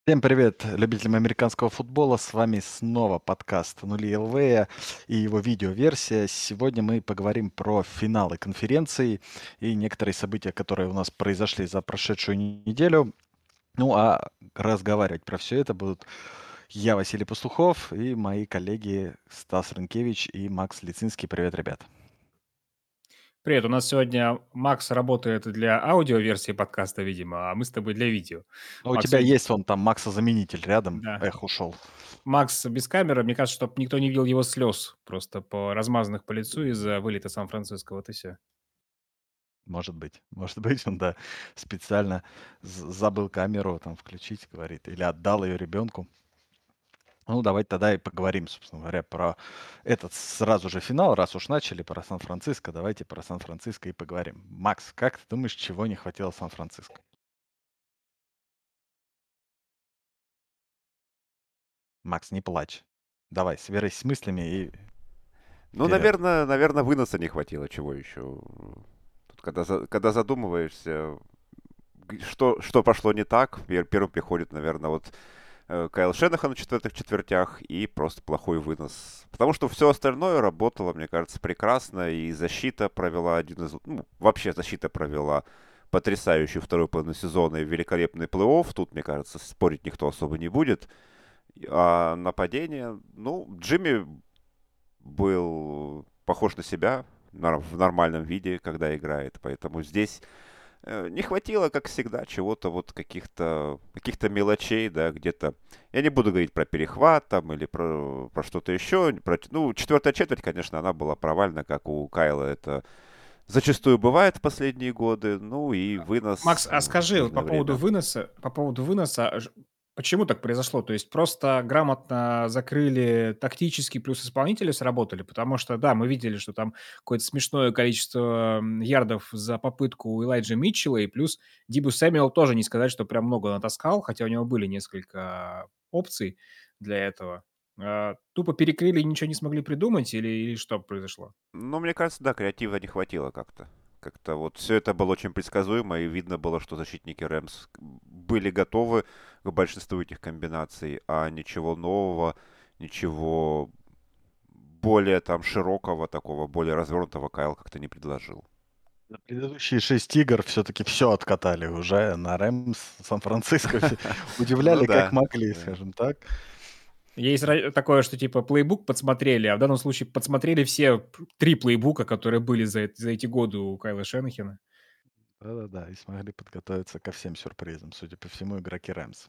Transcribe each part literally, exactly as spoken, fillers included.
Всем привет, любителям американского футбола. С вами снова подкаст «Нули Элвея» и его видеоверсия. Сегодня мы поговорим про финалы конференции и некоторые события, которые у нас произошли за прошедшую неделю. Ну, а разговаривать про все это будут я, Василий Пастухов, и мои коллеги Стас Рынкевич и Макс Лицинский. Привет, ребят. Привет, у нас сегодня Макс работает для аудиоверсии подкаста, видимо, а мы с тобой для видео. Ну, у Макс тебя сегодня... есть он там, Макса-заменитель рядом. Да. Эх, ушел. Макс без камеры, мне кажется, чтобы никто не видел его слез, просто по размазанных по лицу из-за вылета Сан-Франциско, вот и все. Может быть, может быть, он, да, специально з- забыл камеру там включить, говорит, или отдал ее ребенку. Ну, давайте тогда и поговорим, собственно говоря, про этот сразу же финал. Раз уж начали про Сан-Франциско, давайте про Сан-Франциско и поговорим. Макс, как ты думаешь, чего не хватило Сан-Франциско? Макс, не плачь. Давай, соберись с мыслями и Ну, вперед. наверное, наверное, выноса не хватило, чего еще. Тут, когда, за- когда задумываешься, г- что, что пошло не так, пер- первым приходит, наверное, вот э, Кайл Шенахан в четвертых четвертях и просто плохой вынос. Потому что все остальное работало, мне кажется, прекрасно, и защита провела один из... Ну, вообще защита провела потрясающую вторую половину сезона и великолепный плей-офф. Тут, мне кажется, спорить никто особо не будет. А нападение, ну, Джимми был похож на себя нар- в нормальном виде, когда играет. Поэтому здесь э, не хватило, как всегда, чего-то вот каких-то каких-то мелочей, да, где-то. Я не буду говорить про перехват там или про, про что-то еще. Про, ну, четвертая четверть, конечно, она была провальна, как у Кайла это зачастую бывает в последние годы. Ну и Макс, вынос а в скажи, вот по нужное поводу время. выноса, по поводу выноса, а ж- почему так произошло? То есть просто грамотно закрыли тактически, плюс исполнители сработали? Потому что, да, мы видели, что там какое-то смешное количество м, ярдов за попытку у Элайджа Митчелла, и плюс Дибу Сэмюэл тоже не сказать, что прям много натаскал, хотя у него были несколько опций для этого. А, тупо перекрыли и ничего не смогли придумать, или, или что произошло? Ну, мне кажется, да, креатива не хватило как-то. Как-то вот все это было очень предсказуемо, и видно было, что защитники Рэмс были готовы к большинству этих комбинаций, а ничего нового, ничего более там широкого, такого, более развернутого Кайл как-то не предложил. За предыдущие шесть игр все-таки все откатали уже на Рэмс, Сан-Франциско. Все Ну удивляли, как да, могли, да. скажем так. Есть ра такое, что типа плейбук подсмотрели, а в данном случае подсмотрели все п три плейбука, которые были за эт за эти годы у Кайла Шенахена. Да-да-да, и смогли подготовиться ко всем сюрпризам, судя по всему, игроки Рэмс.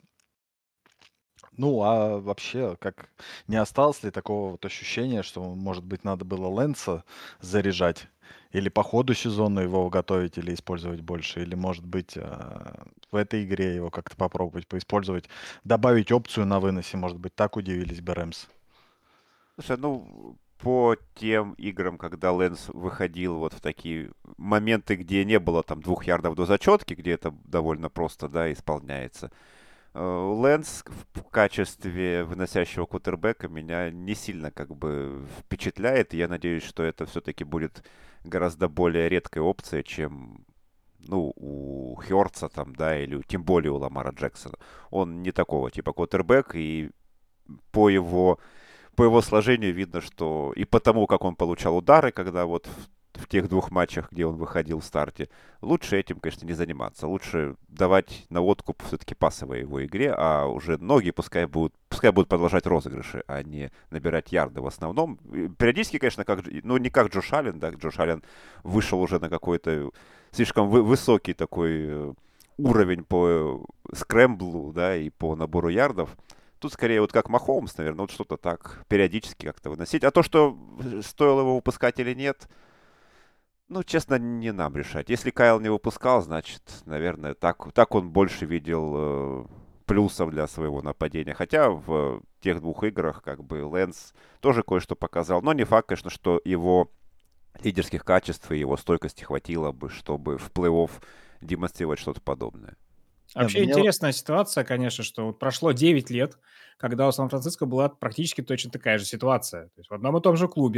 Ну, а вообще, как не осталось ли такого вот ощущения, что, может быть, надо было Лэнса заряжать или по ходу сезона его готовить или использовать больше, или, может быть, а, в этой игре его как-то попробовать поиспользовать, добавить опцию на выносе, может быть, так удивились бы Рэмс. Слушай, ну, по тем играм, когда Лэнс выходил вот в такие моменты, где не было там двух ярдов до зачетки, где это довольно просто, да, исполняется, Э, Лэнс в в качестве выносящего кутербэка меня не сильно как бы впечатляет. И я надеюсь, что это все-таки будет гораздо более редкой опцией, чем ну, у Хёртса там, да, или у- тем более у Ламара Джексона. Он не такого типа кутербэк, и по его по его сложению видно, что и потому, как он получал удары, когда вот в, в тех двух матчах, где он выходил в старте, лучше этим, конечно, не заниматься. Лучше давать на откуп все-таки пасовой его игре, а уже ноги пускай будут, пускай будут продолжать розыгрыши, а не набирать ярды в основном. И периодически, конечно, как, Дж- ну не как Джош Аллен, да, Джош Аллен вышел уже на какой-то слишком вы- высокий такой э, уровень по э, скрэмблу, да, и по набору ярдов. Тут скорее вот как Махомс, наверное, вот что-то так периодически как-то выносить. А то, что стоило его выпускать или нет, ну, честно, не нам решать. Если Кайл не выпускал, значит, наверное, так, так он больше видел э, плюсов для своего нападения. Хотя в тех двух играх как бы Лэнс тоже кое-что показал. Но не факт, конечно, что его лидерских качеств и его стойкости хватило бы, чтобы в плей-офф демонстрировать что-то подобное. Не, ну Вообще мне вот интересная ситуация, конечно, что вот прошло девять лет, когда у Сан-Франциско была практически точно такая же ситуация. То есть в одном и том же клубе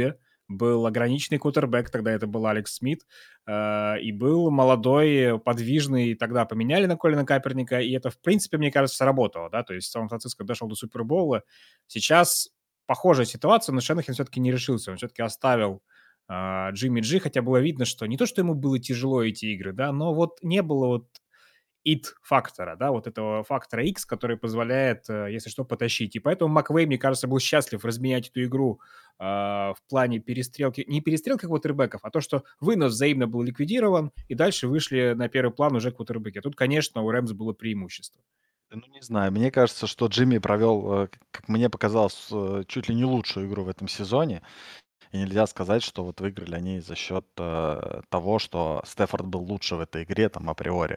был ограниченный квотербек, тогда это был Алекс Смит, э, и был молодой, подвижный, тогда поменяли на Колина Каэперника, и это, в принципе, мне кажется, сработало, да, то есть Сан-Франциско дошел до Супербоула. Сейчас похожая ситуация, но Шенахин все-таки не решился, он все-таки оставил а, Джимми Джи, хотя было видно, что не то, что ему было тяжело эти игры, да, но вот не было вот ит-фактора, да, вот этого фактора X, который позволяет, э, если что, потащить. И поэтому Маквей, мне кажется, был счастлив разменять эту игру а, в плане перестрелки, не перестрелки квотербеков, а то, что вынос взаимно был ликвидирован, и дальше вышли на первый план уже квотербеки. Тут, конечно, у Рэмс было преимущество. Ну, не знаю, мне кажется, что Джимми провел, э, к- как мне показалось, э, чуть ли не лучшую игру в этом сезоне. И нельзя сказать, что вот выиграли они за счет э, того, что Стефорд был лучше в этой игре, там, априори.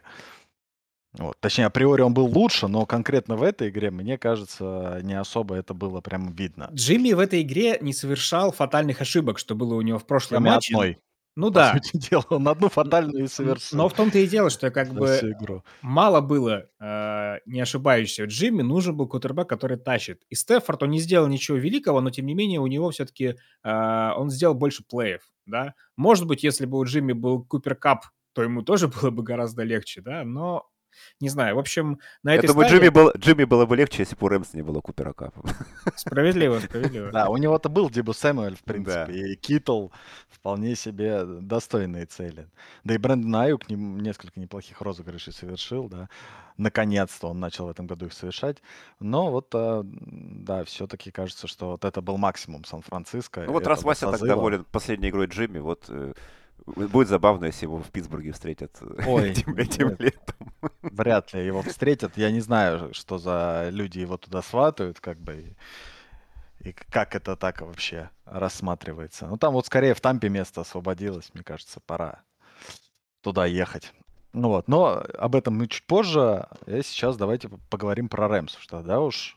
Вот. Точнее, априори он был лучше, но конкретно в этой игре, мне кажется, не особо это было прям видно. Джимми в этой игре не совершал фатальных ошибок, что было у него в прошлом Кроме матче. одной, Ну по да, сути дела. Он одну Н- фатальную и н- совершил но в том-то и дело, что как за бы всю игру. мало было э, не ошибающегося Джимми, нужен был кутербэк, который тащит. И Стефорд, он не сделал ничего великого, но тем не менее у него все-таки он сделал больше плеев, да. Может быть, если бы у Джимми был Купер Кап, то ему тоже было бы гораздо легче, да, но не знаю. В общем, на Я этой думаю, Джимми, стадии был, Джимми было бы легче, если бы у Рэмс не было Купера Капа. справедливо, справедливо. Да, у него-то был Дибу Сэмюэль, в принципе, Да. и Китл вполне себе достойные цели. Да и Брэндон Аюк нем- несколько неплохих розыгрышей совершил, да. Наконец-то он начал в этом году их совершать. Но вот, а, м, да, все-таки кажется, что вот это был максимум Сан-Франциско, Ну вот раз этого Вася так созыва. доволен последней игрой Джимми, вот э, будет забавно, если его в Питтсбурге встретят э, Ой, этим, этим нет, летом. вряд ли его встретят. Я не знаю, что за люди его туда сватают, как бы, и, и к- как это так вообще рассматривается. Ну, там вот скорее в Тампе место освободилось, мне кажется, пора туда ехать. Ну вот, но об этом мы чуть позже. А сейчас давайте п- поговорим про Рэмс, что да уж.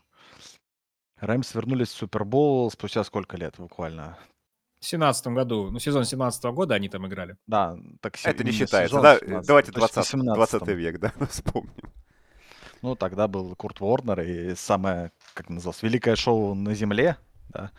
Рэмс вернулись в Супербол спустя сколько лет буквально? В семнадцатом году, ну, сезон семнадцатого года они там играли. Да, так се- Это не именно считается, сезон да? семнадцатый, Давайте то есть в двадцатый, двадцатый восемнадцатом. век, да, вспомним. Ну, тогда был Курт Уорнер и самое, как называлось, великое шоу на Земле, да,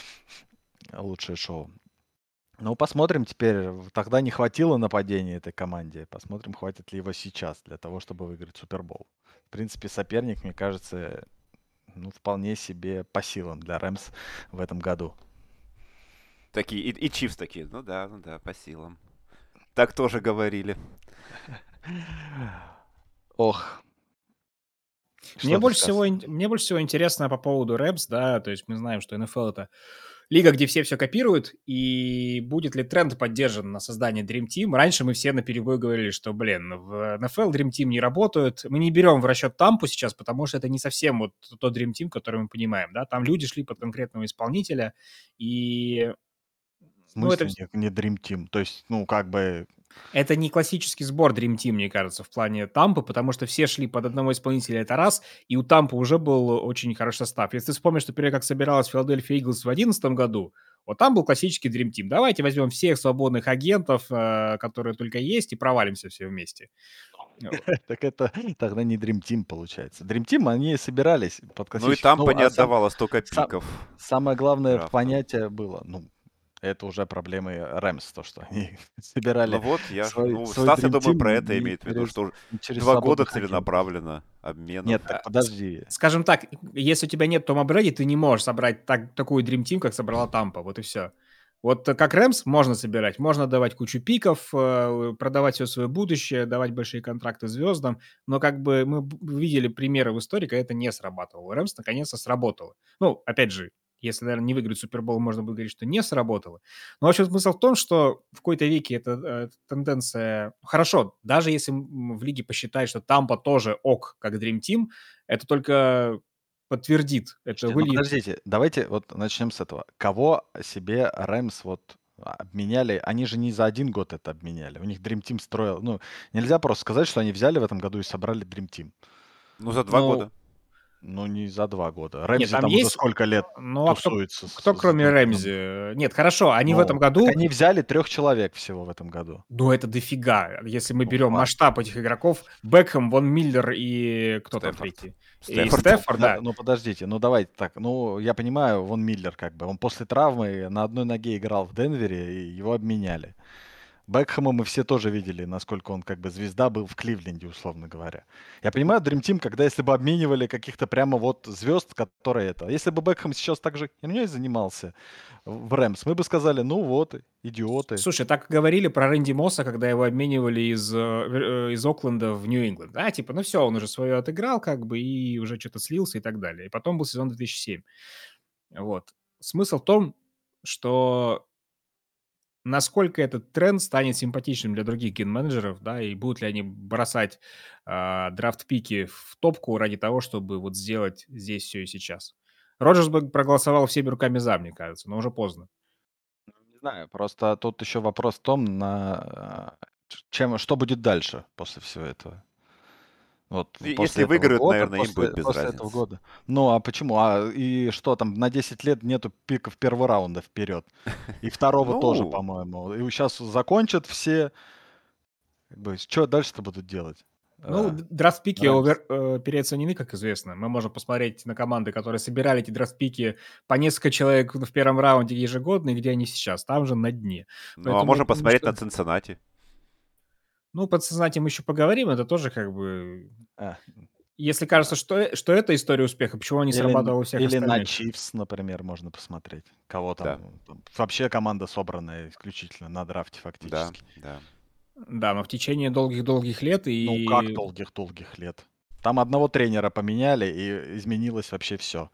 лучшее шоу. Ну, посмотрим теперь. В- Тогда не хватило нападения этой команде. Посмотрим, хватит ли его сейчас для того, чтобы выиграть Супербол. В принципе, соперник, мне кажется, ну, вполне себе по силам для Рэмс в этом году. Такие, и, и Чивс такие, ну да, ну да, по силам. Так тоже говорили. Ох, Мне что ты больше всего, скажешь? ин- мне больше всего интересно по поводу Рэпс, да, то есть мы знаем, что эн эф эл это лига, где все все копируют, и будет ли тренд поддержан на создание Dream Team? Раньше мы все наперебой говорили, что, блин, в эн эф эл Dream Team не работают. Мы не берем в расчет Тампу сейчас, потому что это не совсем вот тот Dream Team, который мы понимаем, да, там люди шли под конкретного исполнителя, и, В ну, это, смысле не, не Dream Team? То есть, ну, как бы... это не классический сбор Dream Team, мне кажется, в плане Тампы, потому что все шли под одного исполнителя, это раз, и у Тампы уже был очень хороший состав. Если ты вспомнишь, например, как собиралась Филадельфия Иглс в две тысячи одиннадцатом году, вот там был классический Dream Team. Давайте возьмем всех свободных агентов, э, которые только есть, и провалимся все вместе. Вот. Так это тогда не Dream Team получается. Dream Team, они собирались под Ну и классический... Тампа Ну, не а сам, отдавала столько сам- пиков самое главное драфта. понятие было, ну, это уже проблемы Рэмс, то, что они Ну собирали вот, я ж- свой, ну, свой Стас, я Dream думаю, Team про это не имеет в виду, через, что не через два года свободных агентов. целенаправленно обменов. Нет, так А, подожди. Скажем так, если у тебя нет Тома Брэди, ты не можешь собрать так, такую Dream Team, как собрала Тампа. Вот и все. Вот э, как Рэмс можно собирать, можно давать кучу пиков, э, продавать все свое будущее, давать большие контракты звездам, но как бы мы б- видели примеры в истории, когда это не срабатывало. У Рэмс наконец-то сработало. Ну, опять же, если, наверное, не выиграть Супербол, можно будет говорить, что не сработало. Но, в общем, смысл в том, что в какой-то веке эта э, тенденция... Хорошо, даже если м, в лиге посчитать, что Тампа тоже ок, как Dream Team, это только подтвердит, это Слушайте, ну выльет. подождите, давайте вот начнем с этого. Кого себе Рэмс вот а, обменяли? Они же не за один год это обменяли. У них Dream Team строил. Ну, нельзя просто сказать, что они взяли в этом году и собрали Dream Team. Ну, за два Ну, года. Ну, не за два года. Нет, Рэмзи там там уже есть... сколько лет Ну, а кто, тусуется с, кто с кроме Бекхэмом? Рэмзи? Нет, хорошо, они в этом Ну, так году... они взяли трех человек всего в этом году. Ну, это дофига. Если мы Ну, берем ладно. масштаб этих игроков, Бекхэм, Вон Миллер и кто там Стефорд. третий? И Стефорд. Стефорд, Ну, да. ну, подождите, ну давайте так. Ну, я понимаю, Вон Миллер как бы. Он после травмы на одной ноге играл в Денвере, и его обменяли. Бекхэма мы все тоже видели, насколько он как бы звезда был в Кливленде, условно говоря. Я понимаю Dream Team, когда если бы обменивали каких-то прямо вот звезд, которые это. Если бы Бекхэм сейчас так же херней занимался в Рэмс, мы бы сказали, ну вот, идиоты. Слушай, так говорили про Рэнди Мосса, когда его обменивали из, э, вер- э, из Окленда в Нью-Ингланд. Да, типа, ну все, он уже свое отыграл, как бы, и уже что-то слился и так далее. И потом был сезон две тысячи седьмой. Вот. Смысл в том, что насколько этот тренд станет симпатичным для других ген-менеджеров, да, и будут ли они бросать а, драфт-пики в топку ради того, чтобы вот сделать здесь все и сейчас. Роджерс бы проголосовал всеми руками за, мне кажется, но уже поздно. Не знаю, просто тут еще вопрос в том, на э, чем, что будет дальше после всего этого. Вот И- после Если этого выиграют, года, наверное, им будет после, без после этого разницы. года. Ну, а почему? А и что там, на десять лет нету пиков первого раунда вперед. И второго тоже, Ну, по-моему. И сейчас закончат все. Как бы, что дальше-то будут делать? Ну, А, д- драфт-пики Рэмс. овер- э, переоценены, как известно. Мы можем посмотреть на команды, которые собирали эти драфт-пики по несколько человек в первом раунде ежегодно, и где они сейчас. Там же на дне. ну, а Поэтому я можем думаю, посмотреть что... на Цинциннати. Ну, подсознательно мы еще поговорим. Это тоже как бы... А, Если да. кажется, что, э- что это история успеха, почему она не Или, срабатывала у всех или на остальных? Чивс, например, можно посмотреть. Кого Да, там, там. Вообще команда собранная исключительно на драфте да, фактически. да. Да, но в течение долгих-долгих лет Ну, как и... долгих-долгих лет? Там одного тренера поменяли, и изменилось вообще все,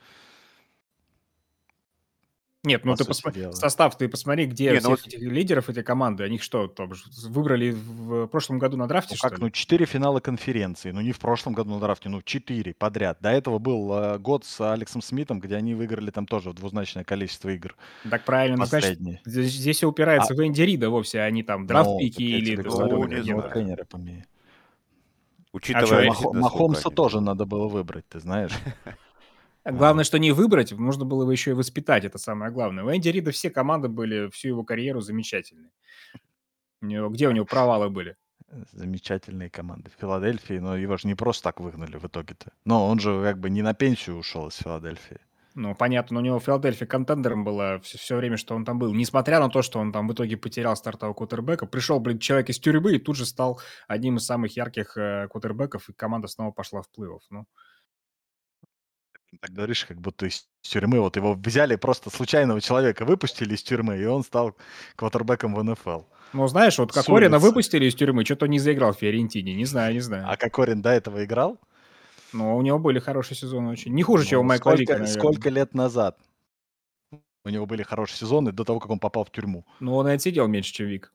Нет, ну по ты сути посмотри, дела. состав ты посмотри, где Не, ну всех вот, этих лидеров этой команды, они что, там, ж- выбрали в прошлом году на драфте, Ну что как, ли? ну четыре финала конференции, ну не в прошлом году на драфте, ну четыре подряд. До этого был э, год с Алексом Смитом, где они выиграли там тоже двузначное количество игр. Так правильно, ну значит, Последний. здесь, здесь все А, упирается в Энди Рида вовсе, а не там ну, драфт-пики так я или тебе что-то говорю, ну, другое не нужно какие-то. знаю. тренера поменять. А Учитывая что, Махо- действительно, сколько Махомса они... тоже надо было выбрать, ты знаешь. главное, А, что не выбрать, нужно было его еще и воспитать, это самое главное. У Энди Рида все команды были всю его карьеру замечательные. У него, где у него провалы были? Замечательные команды. В Филадельфии, но его же не просто так выгнали в итоге-то. Но он же как бы не на пенсию ушел из Филадельфии. Ну, понятно, но у него Филадельфия контендером была все, все время, что он там был. Несмотря на то, что он там в итоге потерял стартового квотербека, пришел, блин, человек из тюрьмы и тут же стал одним из самых ярких э, квотербеков, и команда снова пошла в плей-офф. Ну, Ты так говоришь, как будто из тюрьмы. Вот его взяли просто случайного человека, выпустили из тюрьмы, и он стал квотербеком в эн эф эл. ну знаешь, вот С Кокорина улицы. выпустили из тюрьмы, что-то он не заиграл в Фиорентине, не знаю, не знаю. А Кокорин до этого играл? Но у него были хорошие сезоны очень. Не хуже, чем у Ну, Майкла Вика, сколько, наверное. сколько лет назад у него были хорошие сезоны до того, как он попал в тюрьму. Но он и отсидел меньше, чем Вик.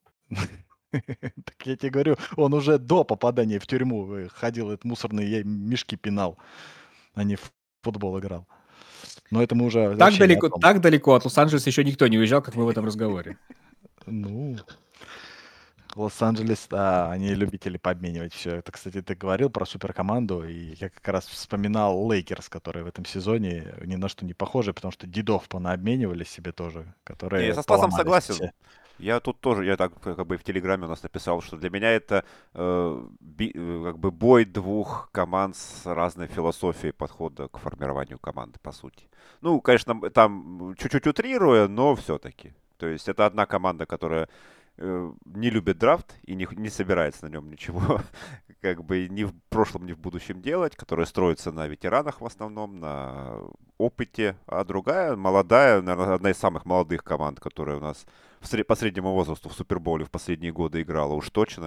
Так я тебе говорю, он уже до попадания в тюрьму э, ходил, этот мусорные я- мешки пинал, а не в футбол играл. Но это мы уже Так вообще не о далеко, том. так далеко от Лос-Анджелеса еще никто не уезжал, как мы в этом разговоре. Ну, Лос-Анджелес, да, они любители пообменивать все. Это, кстати, ты говорил про суперкоманду, и я как раз вспоминал Лейкерс, которые в этом сезоне ни на что не похожи, потому что дедов понаобменивали себе тоже, Не, я которые со Стасом поломались согласен. все. Я тут тоже, я так как бы в Телеграме у нас написал, что для меня это э, би- э, как бы бой двух команд с разной философией подхода к формированию команды, по сути. Ну, конечно, м- там чуть-чуть утрируя, но все-таки. То есть это одна команда, которая э, не любит драфт и не, х- не собирается на нем ничего, как бы ни в прошлом, ни в будущем делать, которая строится на ветеранах в основном, на опыте, а другая, молодая, наверное, одна из самых молодых команд, которая у нас в сре- по среднему возрасту в Супербоуле в последние годы играла уж точно.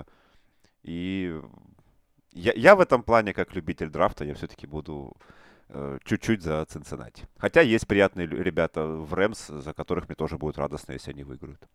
И я, я в этом плане, как любитель драфта, я все-таки буду э, чуть-чуть за Цинциннати. Хотя есть приятные лю- ребята в Рэмс, за которых мне тоже будет радостно, если они выиграют.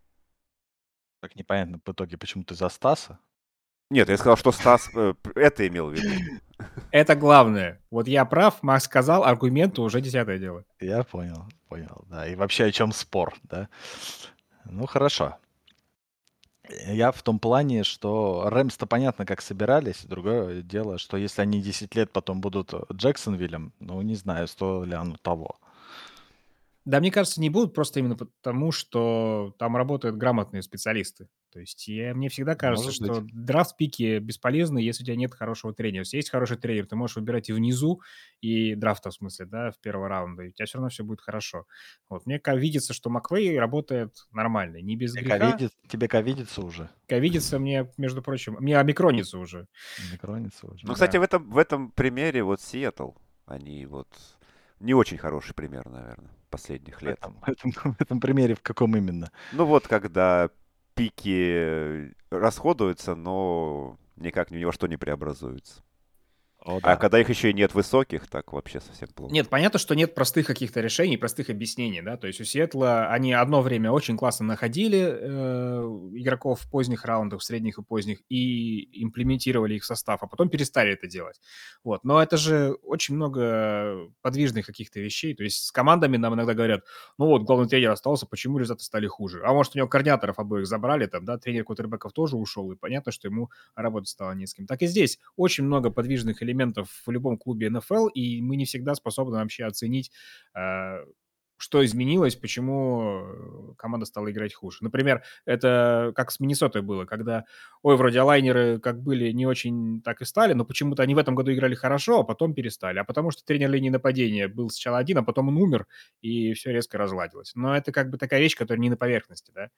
Так непонятно в итоге, почему ты за Стаса. Нет, я сказал, что Стас э, п- это имел в виду. Это главное. Вот я прав, Макс сказал, аргументы уже десятое дело. Я понял, понял, да. И вообще о чем спор, да? Ну, хорошо. Э, Я в том плане, что Рэмс-то понятно, как собирались. Другое дело, что если они десять лет потом будут э, Джексонвиллем, ну, не знаю, стоило ли оно того. Да, мне кажется, не будут просто именно потому, что там работают грамотные специалисты. То есть я, мне всегда кажется, Может что быть. драфт-пики бесполезны, если у тебя нет хорошего тренера. Если есть хороший тренер, ты можешь выбирать и внизу, и драфта, в смысле, да, в первого раунда, и у тебя все равно все будет хорошо. Вот. Мне ка- видится, что Маквей работает нормально, не без Тебе греха. ковидец, тебе ковидится уже. Ковидится мне, между прочим, мне омикронится уже, Микронится уже. Ну, кстати, да. в этом, в этом примере вот Сиэтл, они вот не очень хороший пример, наверное, последних В лет. этом, в этом, в этом примере в каком именно? Ну вот, когда пики расходуются, но никак ни во что не преобразуются. О, А да. когда их еще и нет высоких, так вообще совсем плохо. Нет, понятно, что нет простых каких-то решений, простых объяснений, да, то есть у Сиэтла они одно время очень классно находили э, игроков в поздних раундах, в средних и поздних, и имплементировали их в состав, а потом перестали это делать. Вот, но это же очень много подвижных каких-то вещей, то есть с командами нам иногда говорят, ну вот, главный тренер остался, почему результаты стали хуже? А может, у него координаторов обоих забрали, там, да, тренер квотербеков тоже ушел, и понятно, что ему работать стало не с кем. Так и здесь очень много подвижных элементов в любом клубе эн эф эл, и мы не всегда способны вообще оценить, э, что изменилось, почему э, команда стала играть хуже. Например, это как с Миннесотой было, когда, ой, вроде лайнеры как были не очень, так и стали, но почему-то они в этом году играли хорошо, а потом перестали. А потому что тренер линии нападения был сначала один, а потом он умер, и все резко разладилось. Но это как бы такая вещь, которая не на поверхности, да?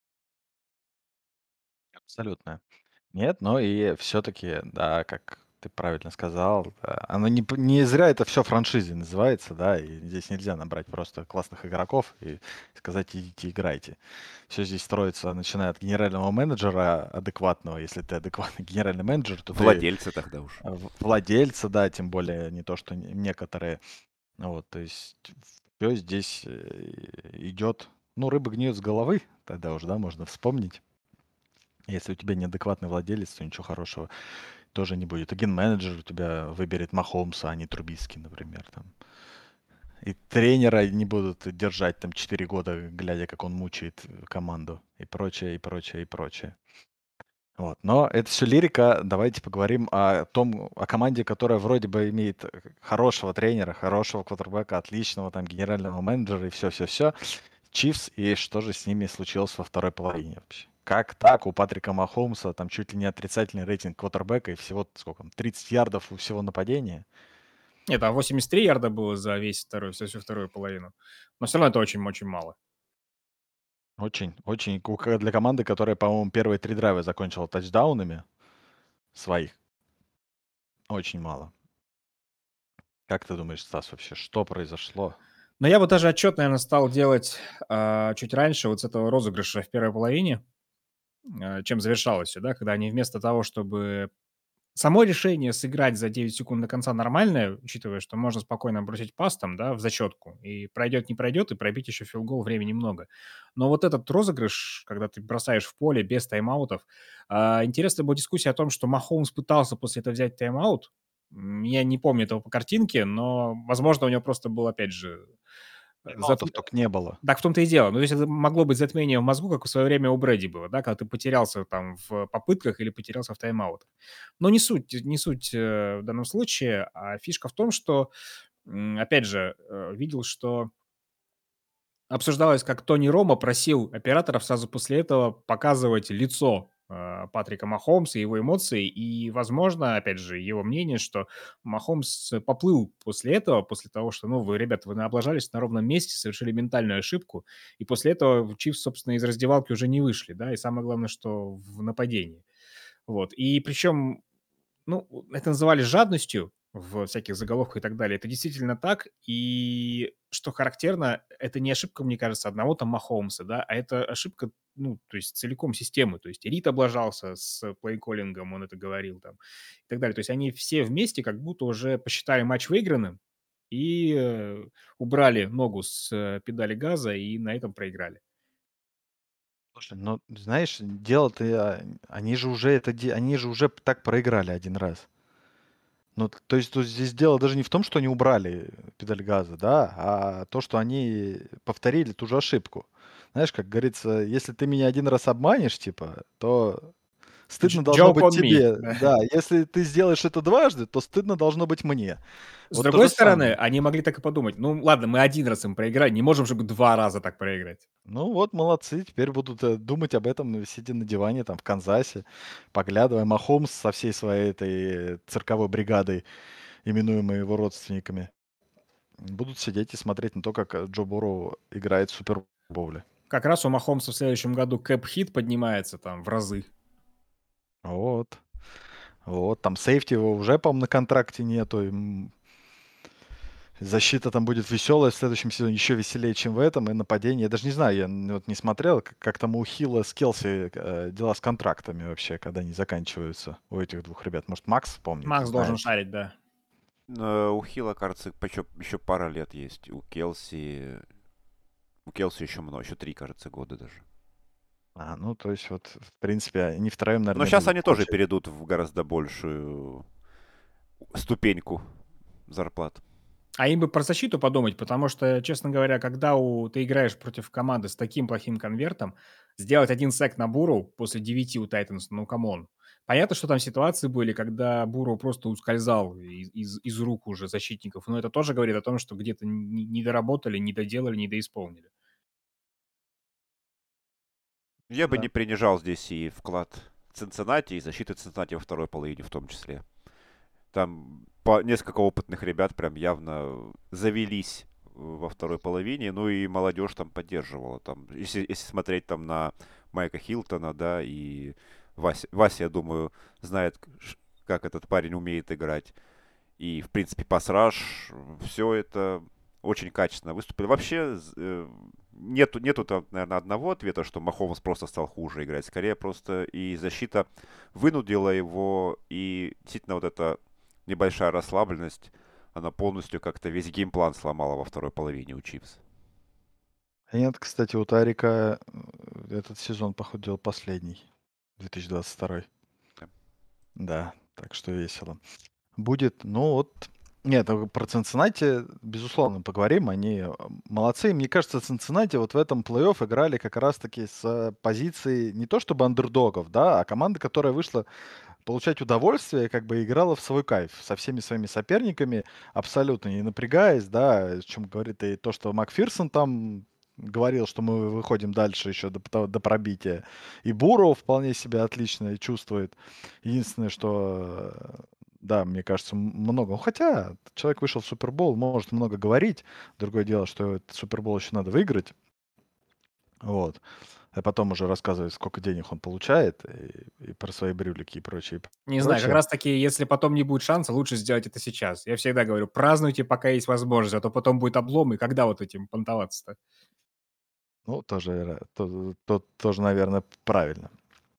Абсолютно. Нет, но и все-таки, да, как ты правильно сказал, да, оно не, п- не зря это все франшизой называется, да, и здесь нельзя набрать просто классных игроков и сказать, идите играйте. Все здесь строится, начиная от генерального менеджера адекватного, если ты адекватный генеральный менеджер, то ты Владельцы тогда уж. э, в- владельца, да, тем более не то, что не- некоторые, ну вот, то есть все здесь э, идет, ну, рыба гниет с головы, тогда уже, да, можно вспомнить. Если у тебя неадекватный владелец, то ничего хорошего тоже не будет. Один менеджер у тебя выберет Махомса, а не Трубиски, например. Там. И тренера не будут держать там четыре года, глядя, как он мучает э, команду. И прочее, и прочее, и прочее. Вот. Но это все лирика. Давайте поговорим о том, о команде, которая вроде бы имеет э, хорошего тренера, хорошего квотербека, отличного там генерального менеджера и все-все-все. Чивс, и что же с ними случилось во второй половине вообще? Как так? У Патрика Махомса там чуть ли не отрицательный рейтинг квотербека и всего, сколько там, тридцать ярдов у всего нападения. Нет, там восемьдесят три ярда было за весь второй, всю всю вторую половину. Но все равно это очень-очень мало. Очень, очень, ку- ка- для команды, которая, по-моему, первые три драйва закончила тачдаунами своих, очень мало. Как ты думаешь, Стас, вообще, что произошло? Но я бы даже отчет, наверное, стал делать, а, чуть раньше вот с этого розыгрыша в первой половине, а, чем завершалось всё, да, когда они вместо того, чтобы само решение сыграть за девять секунд до конца нормальное, учитывая, что можно спокойно бросить пас там, да, в зачетку, и пройдет, не пройдет, и пробить еще филгол времени много. Но вот этот розыгрыш, когда ты бросаешь в поле без тайм-аутов, а, интересная была дискуссия о том, что Махоумс пытался после этого взять тайм-аут. М, я не помню этого по картинке, но, возможно, у него просто был, опять же, э, зат Тайм-аутов только не было. так в том-то и дело. Ну, то есть это могло быть затмение в мозгу, как в свое время у Брэди было, да, когда ты потерялся там в попытках или потерялся в тайм-аутах. Но не суть, не суть э, в данном случае, а фишка в том, что, м, опять же, э, видел, что обсуждалось, как Тони Ромо просил операторов сразу после этого показывать лицо э, Патрика Махомса, его эмоции, и, возможно, опять же, его мнение, что Махомс поплыл после этого, после того, что, ну, вы, ребята, вы облажались на ровном месте, совершили ментальную ошибку, и после этого Чифс, собственно, из раздевалки уже не вышли, да, и самое главное, что в нападении. Вот, и причем ну, это называли жадностью в всяких заголовках и так далее. Это действительно так. И что характерно, это не ошибка, мне кажется, одного там Махомса, да, а это ошибка, ну, то есть целиком системы. То есть Рид облажался с плейколлингом, он это говорил там и так далее. То есть они все вместе как будто уже посчитали матч выигранным и э, убрали ногу с э, педали газа и на этом проиграли. Слушай, ну, знаешь, дело-то, а, они же уже это, де- они же уже так проиграли один раз. Ну, т- то есть тут здесь дело даже не в том, что они убрали педаль газа, да, а то, что они повторили ту же ошибку. знаешь, как говорится, если ты меня один раз обманешь, типа, то стыдно Дж- должно Joke быть on me. тебе. Да. Да, если ты сделаешь это дважды, то стыдно должно быть мне. С Вот то другой же стороны, самое. они могли так и подумать. Ну, ладно, мы один раз им проиграли, не можем же мы два раза так проиграть. Ну вот, молодцы, теперь будут э, думать об этом, сидя на диване там в Канзасе, поглядывая. Махомс со всей своей этой цирковой бригадой, именуемой его родственниками, будут сидеть и смотреть на то, как э, Джо Бурроу играет в Супербоуле. Как раз у Махомса в следующем году кэп-хит поднимается там в разы. Вот. Вот, там сейфти его уже, по-моему, на контракте нету. и, м, Защита там будет веселая в следующем сезоне, еще веселее, чем в этом. И нападение, я даже не знаю, я н- вот не смотрел, как, как там у Хилла с Келси э, дела с контрактами вообще, когда они заканчиваются у этих двух ребят. Может, Макс помнит, Макс должен знает. шарить, да. Э, У Хилла, кажется, еще, еще пара лет есть. У Келси... У Келси еще много, еще три, кажется, года даже. А, ну, то есть вот, в принципе, они втроем, Но наверное, сейчас будут они тоже получать. перейдут в гораздо большую ступеньку зарплат. А им бы про защиту подумать, потому что, честно говоря, когда у, ты играешь против команды с таким плохим конвертом, сделать один сэк на Буру после девяти у Тайтанс, ну, камон. Понятно, что там ситуации были, когда Буру просто ускользал из, из, из рук уже защитников, но это тоже говорит о том, что где-то не, не доработали, не доделали, не доисполнили. Я Ну бы да. не принижал здесь и вклад Цинциннати, и защиты Цинциннати во второй половине в том числе. Там по несколько опытных ребят прям явно завелись во второй половине, ну и молодежь там поддерживала. Там, если, если смотреть там на Майка Хилтона, да, и Вася, Вася, я думаю, знает, ш- как этот парень умеет играть. И, в принципе, пасраж, все это очень качественно выступили. Вообще, з- э, нету, нету там, наверное, одного ответа, что Махомс просто стал хуже играть. Скорее, просто и защита вынудила его, и действительно вот эта небольшая расслабленность, она полностью как-то весь геймплан сломала во второй половине у Чивс. Нет, кстати, у Тарика э, этот сезон, походу, дел последний, две тысячи двадцать второй. Да. Да, так что весело. Будет, ну вот, нет, э, про Цинциннати, безусловно, поговорим. Они э, молодцы. Мне кажется, Цинциннати вот в этом плей-офф играли как раз-таки с э, позиции не то чтобы андердогов, да, а команды, которая вышла получать удовольствие, как бы играла в свой кайф со всеми своими соперниками, абсолютно не напрягаясь, да, о чем говорит и то, что Макферсон там говорил, что мы выходим дальше еще до, пото- до пробития. И Буров вполне себя отлично чувствует. Единственное, что, э, да, мне кажется, м- много. Ну, хотя человек вышел в Супербол, может много говорить. Другое дело, что этот Супербол еще надо выиграть. Вот. А потом уже рассказывает, сколько денег он получает, и, и про свои брюлики и прочее, и Не знаю, как прочее. раз таки, если потом не будет шанса, лучше сделать это сейчас. Я всегда говорю, празднуйте, пока есть возможность, а то потом будет облом, и когда вот этим понтоваться-то? Ну, тоже, ра- то- то- тоже, наверное, правильно.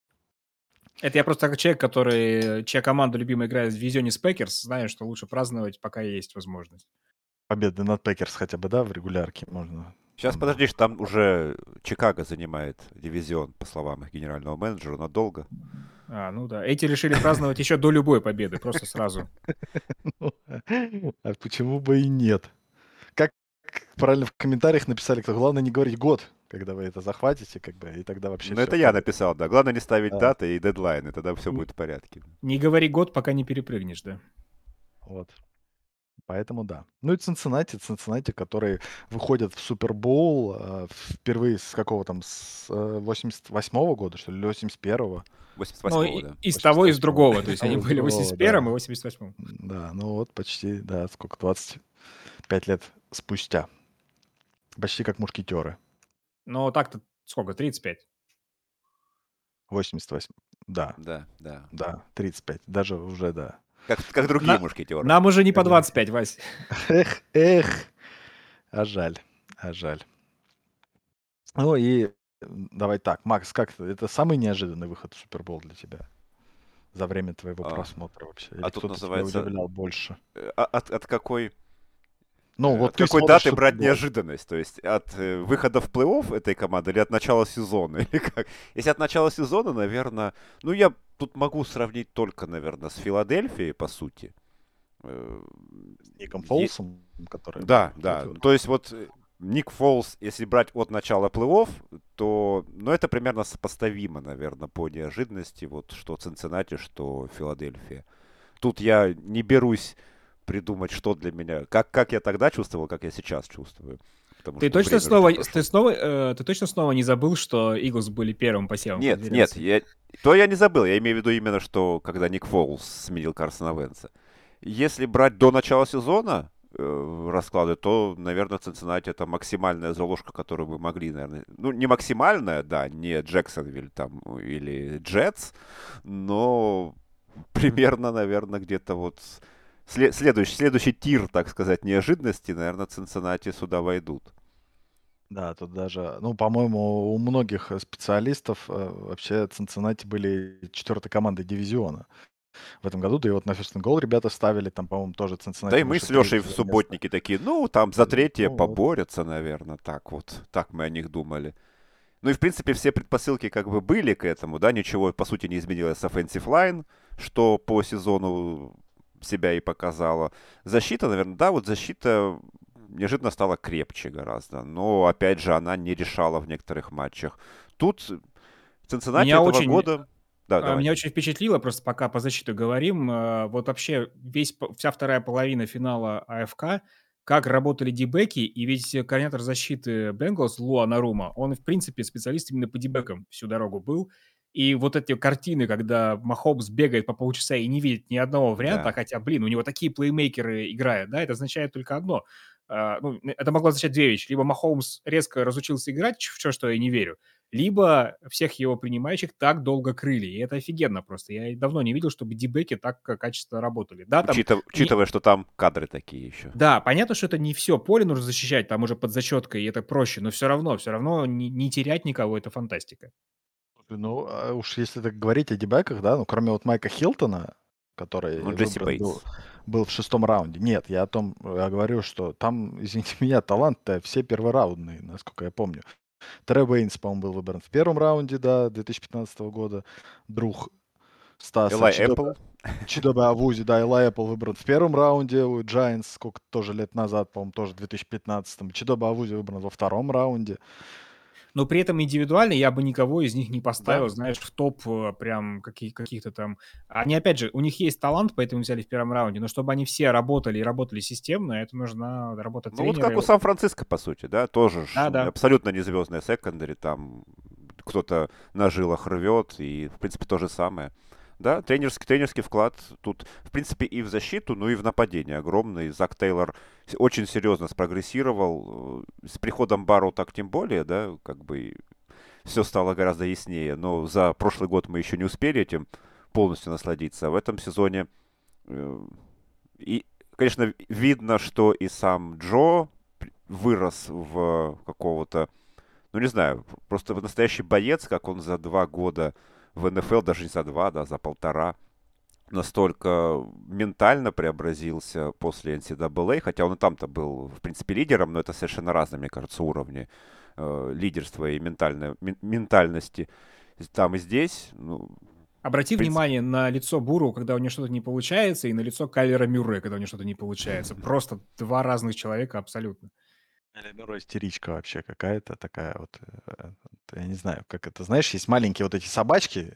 Это я просто как человек, который, чья команда любимая играет в дивизионе с Пекерс, знаю, что лучше праздновать, пока есть возможность. Победы над Пекерс хотя бы, да, в регулярке можно. Сейчас, Там, подожди, там уже Чикаго занимает дивизион, по словам их генерального менеджера, надолго. А, ну да. Эти решили праздновать еще до любой победы, просто сразу. ну, а почему бы и нет? Как правильно в комментариях написали, кто главное не говорить год, когда вы это захватите, как бы, и тогда вообще Ну, все это я написал, да. Главное не ставить Да, даты и дедлайны, тогда все Н- будет в порядке. Не говори год, пока не перепрыгнешь, да. вот. Поэтому да. Ну и Цинциннати, Цинциннати, которые выходят в Супербоул э, впервые с какого там, с э, восемьдесят восьмого года, что ли, или восемьдесят первого? Ну, восемьдесят восьмого, и- да. из того, и из восемьдесят восьмого. другого. То есть они Того и были в другого, восемьдесят первом и да. восемьдесят восьмом. Да, ну вот почти, да, сколько, двадцать пять лет спустя. Почти как мушкетеры. Но так-то сколько, тридцать пять? восемьдесят восемь. Да, Да, да. да, тридцать пять. Даже уже, да. Как, как другие На- мушкетеры. Нам уже не по Как бы- двадцать пять, Вась. Эх, эх. А жаль, а жаль. Ну и м, давай так, Макс, как ты- это самый неожиданный выход в Супербол для тебя за время твоего А, просмотра вообще? Или а тут кто-то тебя называется... удивлял больше? э, а- От, от какой, Ну, э, вот от ты какой смотришь даты брать Супербол. неожиданность? То есть от э, выхода в плей-офф этой команды или от начала сезона? Или как? Если от начала сезона, наверное... Ну, я тут могу сравнить только, наверное, с Филадельфией, по сути. Э, С Ником е- Фолсом, который Да, был да. четвертый. То есть вот э, Ник Фолс, если брать от начала плей-офф, то, ну, это примерно сопоставимо, наверное, по неожиданности, вот что Цинциннати, что Филадельфия. Тут я не берусь придумать, что для меня, как, как я тогда чувствовал, как я сейчас чувствую. Потому Ты что точно время уже снова, ты прошло. снова, э, ты точно снова не забыл, что Иглс были первым посевом Нет, нет, конференции? я, то я не забыл. Я имею в виду именно, что когда Ник Фолс сменил Карсона Венца. Если брать до начала сезона э, расклады, то, наверное, Цинциннати это максимальная золушка, которую мы могли, наверное. Ну, не максимальная, да, не Джексонвиль там или Джетс, но примерно, наверное, где-то вот след- следующий, следующий тир, так сказать, неожиданности, наверное, Цинциннати сюда войдут. Да, тут даже, ну, по-моему, у многих э, специалистов э, вообще Цинциннати были четвертой командой дивизиона в этом году. Да и вот на First and Goal ребята ставили, там, по-моему, тоже Да и Цинциннати мы выше с Лешей в третьего места. субботнике такие, ну, там за Э, третье Ну вот. поборются, наверное, так вот. Так мы о них думали. Ну и, в принципе, все предпосылки как бы были к этому, да, ничего, по сути, не изменилось с offensive line, что по сезону себя и показало. Защита, наверное, да, вот защита неожиданно стала крепче гораздо, но, опять же, она не решала в некоторых матчах. Тут Цинциннати Меня этого очень, года... Да, а, меня давай. очень впечатлило, просто пока по защите говорим, а, вот вообще весь, п- вся вторая половина финала АФК, как работали дебеки, и ведь э, координатор защиты Бенглс Луа Нарума, он, в принципе, специалист именно по дебекам всю дорогу был. И вот эти картины, когда Махомс бегает по полчаса и не видит ни одного варианта, а Да. хотя, блин, у него такие плеймейкеры играют, да, это означает только одно. А, ну, это могло означать две вещи. Либо Махомс резко разучился играть, в что, что я не верю, либо всех его принимающих так долго крыли. И это офигенно просто. Я давно не видел, чтобы дебеки так э, качественно работали. Да, там Учитыв- не... Учитывая, что там кадры такие еще. Да, понятно, что это не все поле нужно защищать, там уже под зачеткой, и это проще, но все равно, все равно не, не терять никого, это фантастика. Ну, а уж если так говорить о дебеках, да, ну, кроме вот Майка Хилтона, Ну, который Джесси выбран был, Бейтс. был в шестом раунде. Нет, я о том, я говорю, что там, извините меня, талант-то все первораундные, насколько я помню. Трей Уэйнс, по-моему, был выбран в первом раунде, да, две тысячи пятнадцатого года. Друг Стаса. Элай Чидоба, Эппл. Чидоба Авузи, да, Элай Эппл выбран в первом раунде у Giants, сколько тоже лет назад, по-моему, тоже в две тысячи пятнадцатом. Чидоба Авузи выбран во втором раунде. Но при этом индивидуально я бы никого из них не поставил, Да. знаешь, в топ э, прям каких- каких-то там... Они, опять же, у них есть талант, поэтому взяли в первом раунде, но чтобы они все работали и работали системно, это нужна работа Ну, вот как тренера. у Сан-Франциско, по сути, да, тоже ж Да, да. абсолютно не звездная секондари, там кто-то на жилах рвет, и, в принципе, то же самое. Да, тренерский, тренерский вклад тут, в принципе, и в защиту, ну и в нападение огромный. Зак Тейлор с- очень серьезно спрогрессировал. э, С приходом Барроу так тем более, да, как бы все стало гораздо яснее. Но за прошлый год мы еще не успели этим полностью насладиться. А в этом сезоне э, и, конечно, видно, что и сам Джо п- вырос в какого-то, ну не знаю, просто в настоящий боец, как он за два года в эн эф эл, даже не за два, да, за полтора, настолько ментально преобразился после эн си эй эй, хотя он и там-то был, в принципе, лидером, но это совершенно разные, мне кажется, уровни э, лидерства и ментальной, мен- ментальности. Там и здесь, ну, Обрати в принципе, внимание на лицо Буру, когда у него что-то не получается, и на лицо Кайлера Мюррея, когда у него что-то не получается. Просто два разных человека абсолютно. Элеонора истеричка вообще какая-то такая вот. э, Я не знаю, как это. Знаешь, есть маленькие вот эти собачки,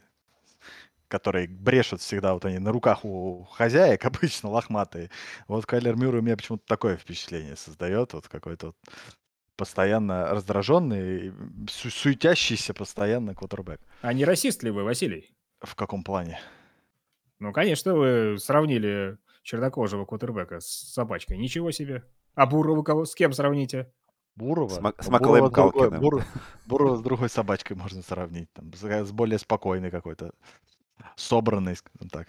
которые брешут всегда, вот они на руках у хозяек обычно лохматые. Вот Кайлер Мюррей у меня почему-то такое впечатление создает, вот какой-то вот постоянно раздраженный, м, су- суетящийся постоянно квотербек. А не расист ли вы, Василий? В каком плане? Ну, конечно, вы сравнили чернокожего квотербека с собачкой. Ничего себе. А Буру вы кого, с кем сравните? с, Бурова? Мак- с Ну, Бурова Маклеем с другой, Калкиным. Бур, Бурова с другой собачкой можно сравнить, там, с, с более спокойной какой-то, собранной, скажем так,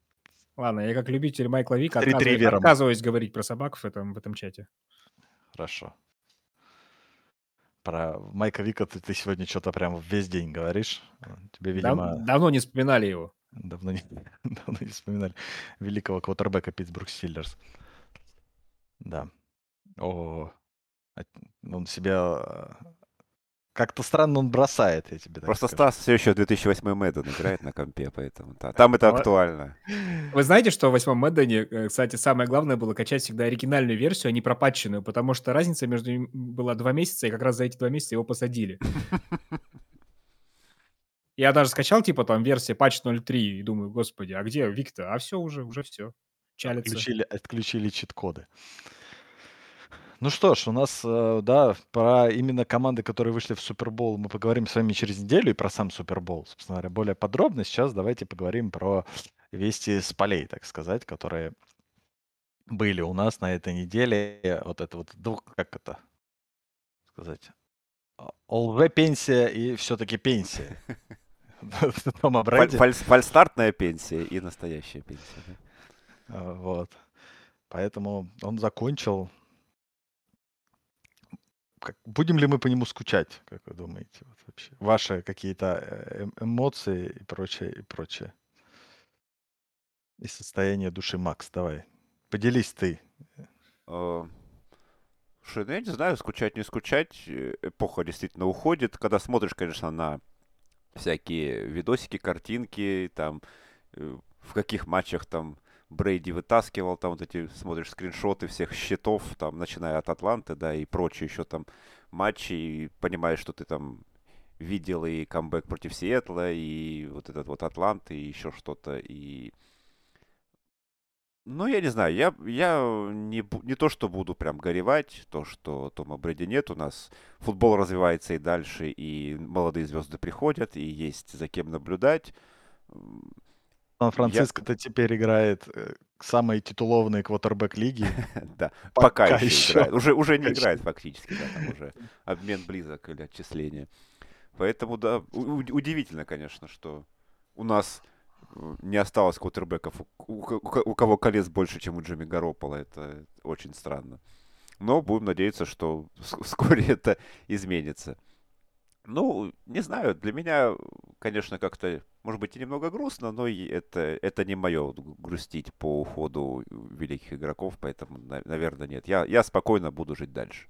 Ладно, я как любитель Майкла Вика с отказываюсь, ретривером. отказываюсь говорить про собак в этом, в этом чате. Хорошо. Про Майка Вика ты, ты сегодня что-то прям весь день говоришь. Э, Тебе, Дав- видимо, давно не вспоминали его. давно не, давно не вспоминали великого квотербека Питтсбург Стиллерс. Да. О, от- он себя, э, Как-то странно он бросает, я тебе так Просто скажу. Стас все еще в две тысячи восьмой Madden играет на компе, поэтому та- там это Но актуально. вы знаете, что в восьмом Мэддене, э, кстати, самое главное было качать всегда оригинальную версию, а не пропатченную, потому что разница между ними была два месяца, и как раз за эти два месяца его посадили. Я даже скачал, типа, там, версия патч ноль три, и думаю, господи, а где Вик-то? А все уже, уже все. Чалится. Отключили, отключили чит-коды. Ну что ж, у нас, э, да, про именно команды, которые вышли в Супербол, мы поговорим с вами через неделю и про сам Супербол, собственно говоря, более подробно. Сейчас давайте поговорим про вести с полей, так сказать, которые были у нас на этой неделе. Вот это вот, двух, как это сказать, а, ЛВ-пенсия и все-таки пенсия. В Тома Фаль- Брэди. фаль- Фальстартная пенсия и настоящая пенсия. да. А, Вот. Поэтому он закончил. Как- будем ли мы по нему скучать, как вы думаете? Вот вообще? Ваши какие-то э, эм- эмоции и прочее, и прочее. И состояние души. Макс, давай. Поделись ты. Э, Слушай, ну я не знаю, скучать, не скучать. э, Эпоха действительно уходит. Когда смотришь, конечно, на всякие видосики, картинки, там, э, в каких матчах там Брейди вытаскивал, там вот эти, смотришь скриншоты всех счетов, там, начиная от Атланты, да, и прочие еще там матчи, и понимаешь, что ты там видел и камбэк против Сиэтла, и вот этот вот Атланты, и еще что-то, и... Ну, я не знаю, я, я не, бу- не то, что буду прям горевать, то, что Тома Брэди нет, у нас футбол развивается и дальше, и молодые звезды приходят, и есть за кем наблюдать. М, Я, Сан-Франциско-то теперь играет э, самый титулованный квотербек лиги. да, пока Пока еще еще. играет. Уже, уже Пока не еще. играет фактически, да, там уже обмен близок или отчисление. Поэтому, да, у- у- удивительно, конечно, что у нас э, не осталось квотербеков, у, у ко- у ко- у кого колец больше, чем у Джимми Гаропола. Это очень странно. Но будем надеяться, что вс- вскоре это изменится. Ну, не знаю, для меня, конечно, как-то, может быть, и немного грустно, но и это, это не мое вот г- грустить по уходу великих игроков, поэтому, наверное, нет. Я, я спокойно буду жить дальше.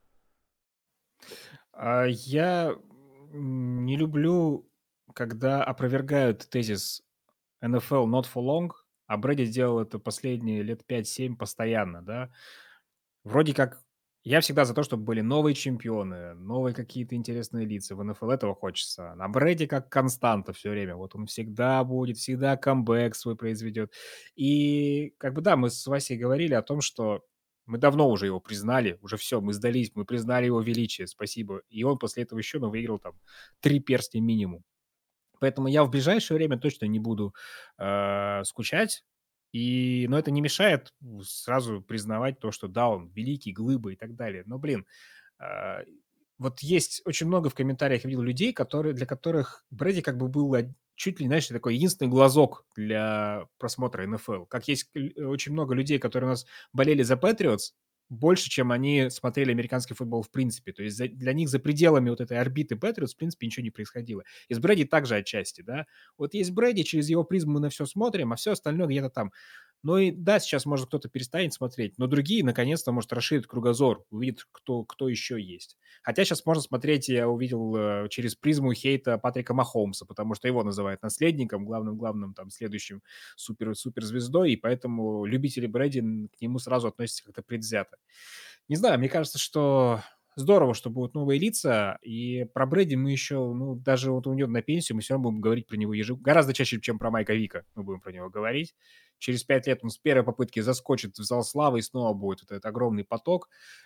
А, Я м, не люблю, когда опровергают тезис эн эф эл not for long, а Брэди делал это последние лет пять-семь постоянно, да. Вроде как я всегда за то, чтобы были новые чемпионы, новые какие-то интересные лица. В эн эф эл этого хочется. На Брэди как константа все время. Вот он всегда будет, всегда камбэк свой произведет. И как бы да, мы с Васей говорили о том, что мы давно уже его признали, уже все, мы сдались, мы признали его величие, спасибо. И он после этого еще, ну, выиграл там три перстня минимум. Поэтому я в ближайшее время точно не буду, э, скучать. И но это не мешает в сразу признавать то, что да, он великий, глыба и так далее. Но, блин, а, вот есть очень много в комментариях я видел людей, которые для которых Брэди как бы был од чуть ли, знаешь, такой единственный глазок для просмотра эн эф эл. Как есть ль очень много людей, которые у нас болели за Патриотс больше, чем они смотрели американский футбол в принципе. То есть за для них за пределами вот этой орбиты Патриотс в принципе ничего не происходило. И с Брэди также отчасти, да. Вот есть Брэди, через его призму мы на все смотрим, а все остальное где-то там. Ну и да, сейчас, может, кто-то перестанет смотреть, но другие наконец-то, может, расширят кругозор, увидят, кто кто еще есть. Хотя сейчас можно смотреть, я увидел, э, через призму хейта Патрика Махомса, потому что его называют наследником, главным главным там следующим супер суперзвездой, и поэтому любители Брэди н к нему сразу относятся как-то предвзято. Не знаю, мне кажется, что здорово, что будут новые лица. И про Брэди мы еще, ну, даже вот у него на пенсию мы все равно будем говорить про него ежегодно. Гораздо чаще, чем про Майка Вика мы будем про него говорить. Через пять лет он с первой попытки заскочит в зал славы, и снова будет вот этот огромный поток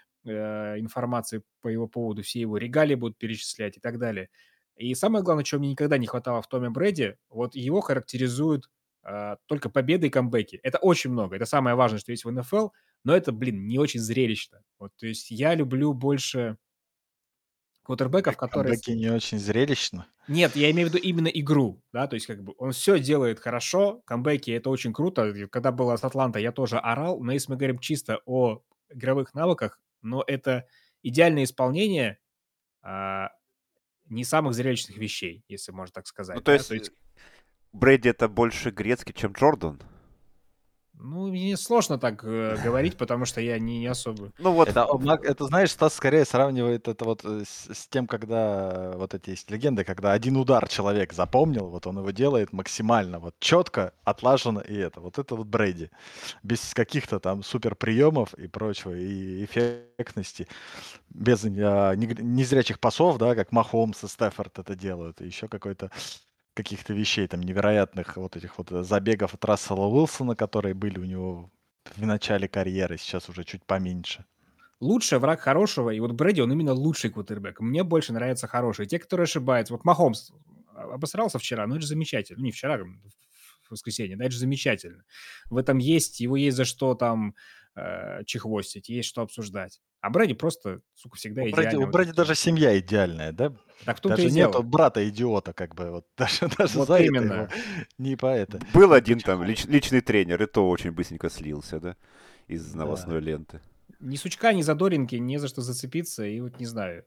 э, информации по его поводу, все его регалии будут перечислять и так далее. И самое главное, чего мне никогда не хватало в Томе Брэди, вот его характеризуют а, только победы и камбэки. Это очень много. Это самое важное, что есть в эн эф эл, но это, блин, не очень зрелищно. Вот, то есть я люблю больше квотербеков, которые... с- Камбэки не очень зрелищно. Нет, я имею в виду именно игру, да, то есть как бы он все делает хорошо, камбэки это очень круто. И когда было с Атлантой, я тоже орал, но если мы говорим чисто о игровых навыках, но это идеальное исполнение а, не самых зрелищных вещей, если можно так Ну, сказать, то да, есть то э, есть Брэди это больше грецкий, чем Джордан. Ну, мне сложно так э, говорить, потому что я не, не особо... Ну вот, Это, в- он маг- это, знаешь, Стас скорее сравнивает это вот э, с, с тем, когда э, вот эти есть легенды, когда один удар человек запомнил, вот он его делает максимально вот четко, отлаженно, и это. Вот это вот Брейди. Без каких-то там супер приемов и прочего, и эффектности, без а, негр- незрячих пасов, да, как Махомс и Стефорд это делают, и еще какой-то каких-то вещей там невероятных вот этих вот э, забегов от Рассела Уилсона, которые были у него в начале карьеры, сейчас уже чуть поменьше. Лучший враг хорошего, и вот Брэди, он именно лучший квотербек. Мне больше нравятся хорошие. Те, которые ошибаются. Вот Махомс а, обосрался вчера, ну это же замечательно. Ну не вчера, там, в воскресенье, да, это же замечательно. В этом есть, его есть за что там э, чехвостить, есть что обсуждать. А Брэди просто, сука, У всегда Брэди, у идеальный. Вот, Брэди даже семья идеальная, да? так в том-то и Даже нету дело. брата-идиота, как бы, вот даже, даже Вот за это его именно. не по это, был не один там почему. лич- личный тренер, и то очень быстренько слился, да, из Да, новостной ленты. Ни сучка, ни задоринки, не за что зацепиться, и вот не знаю.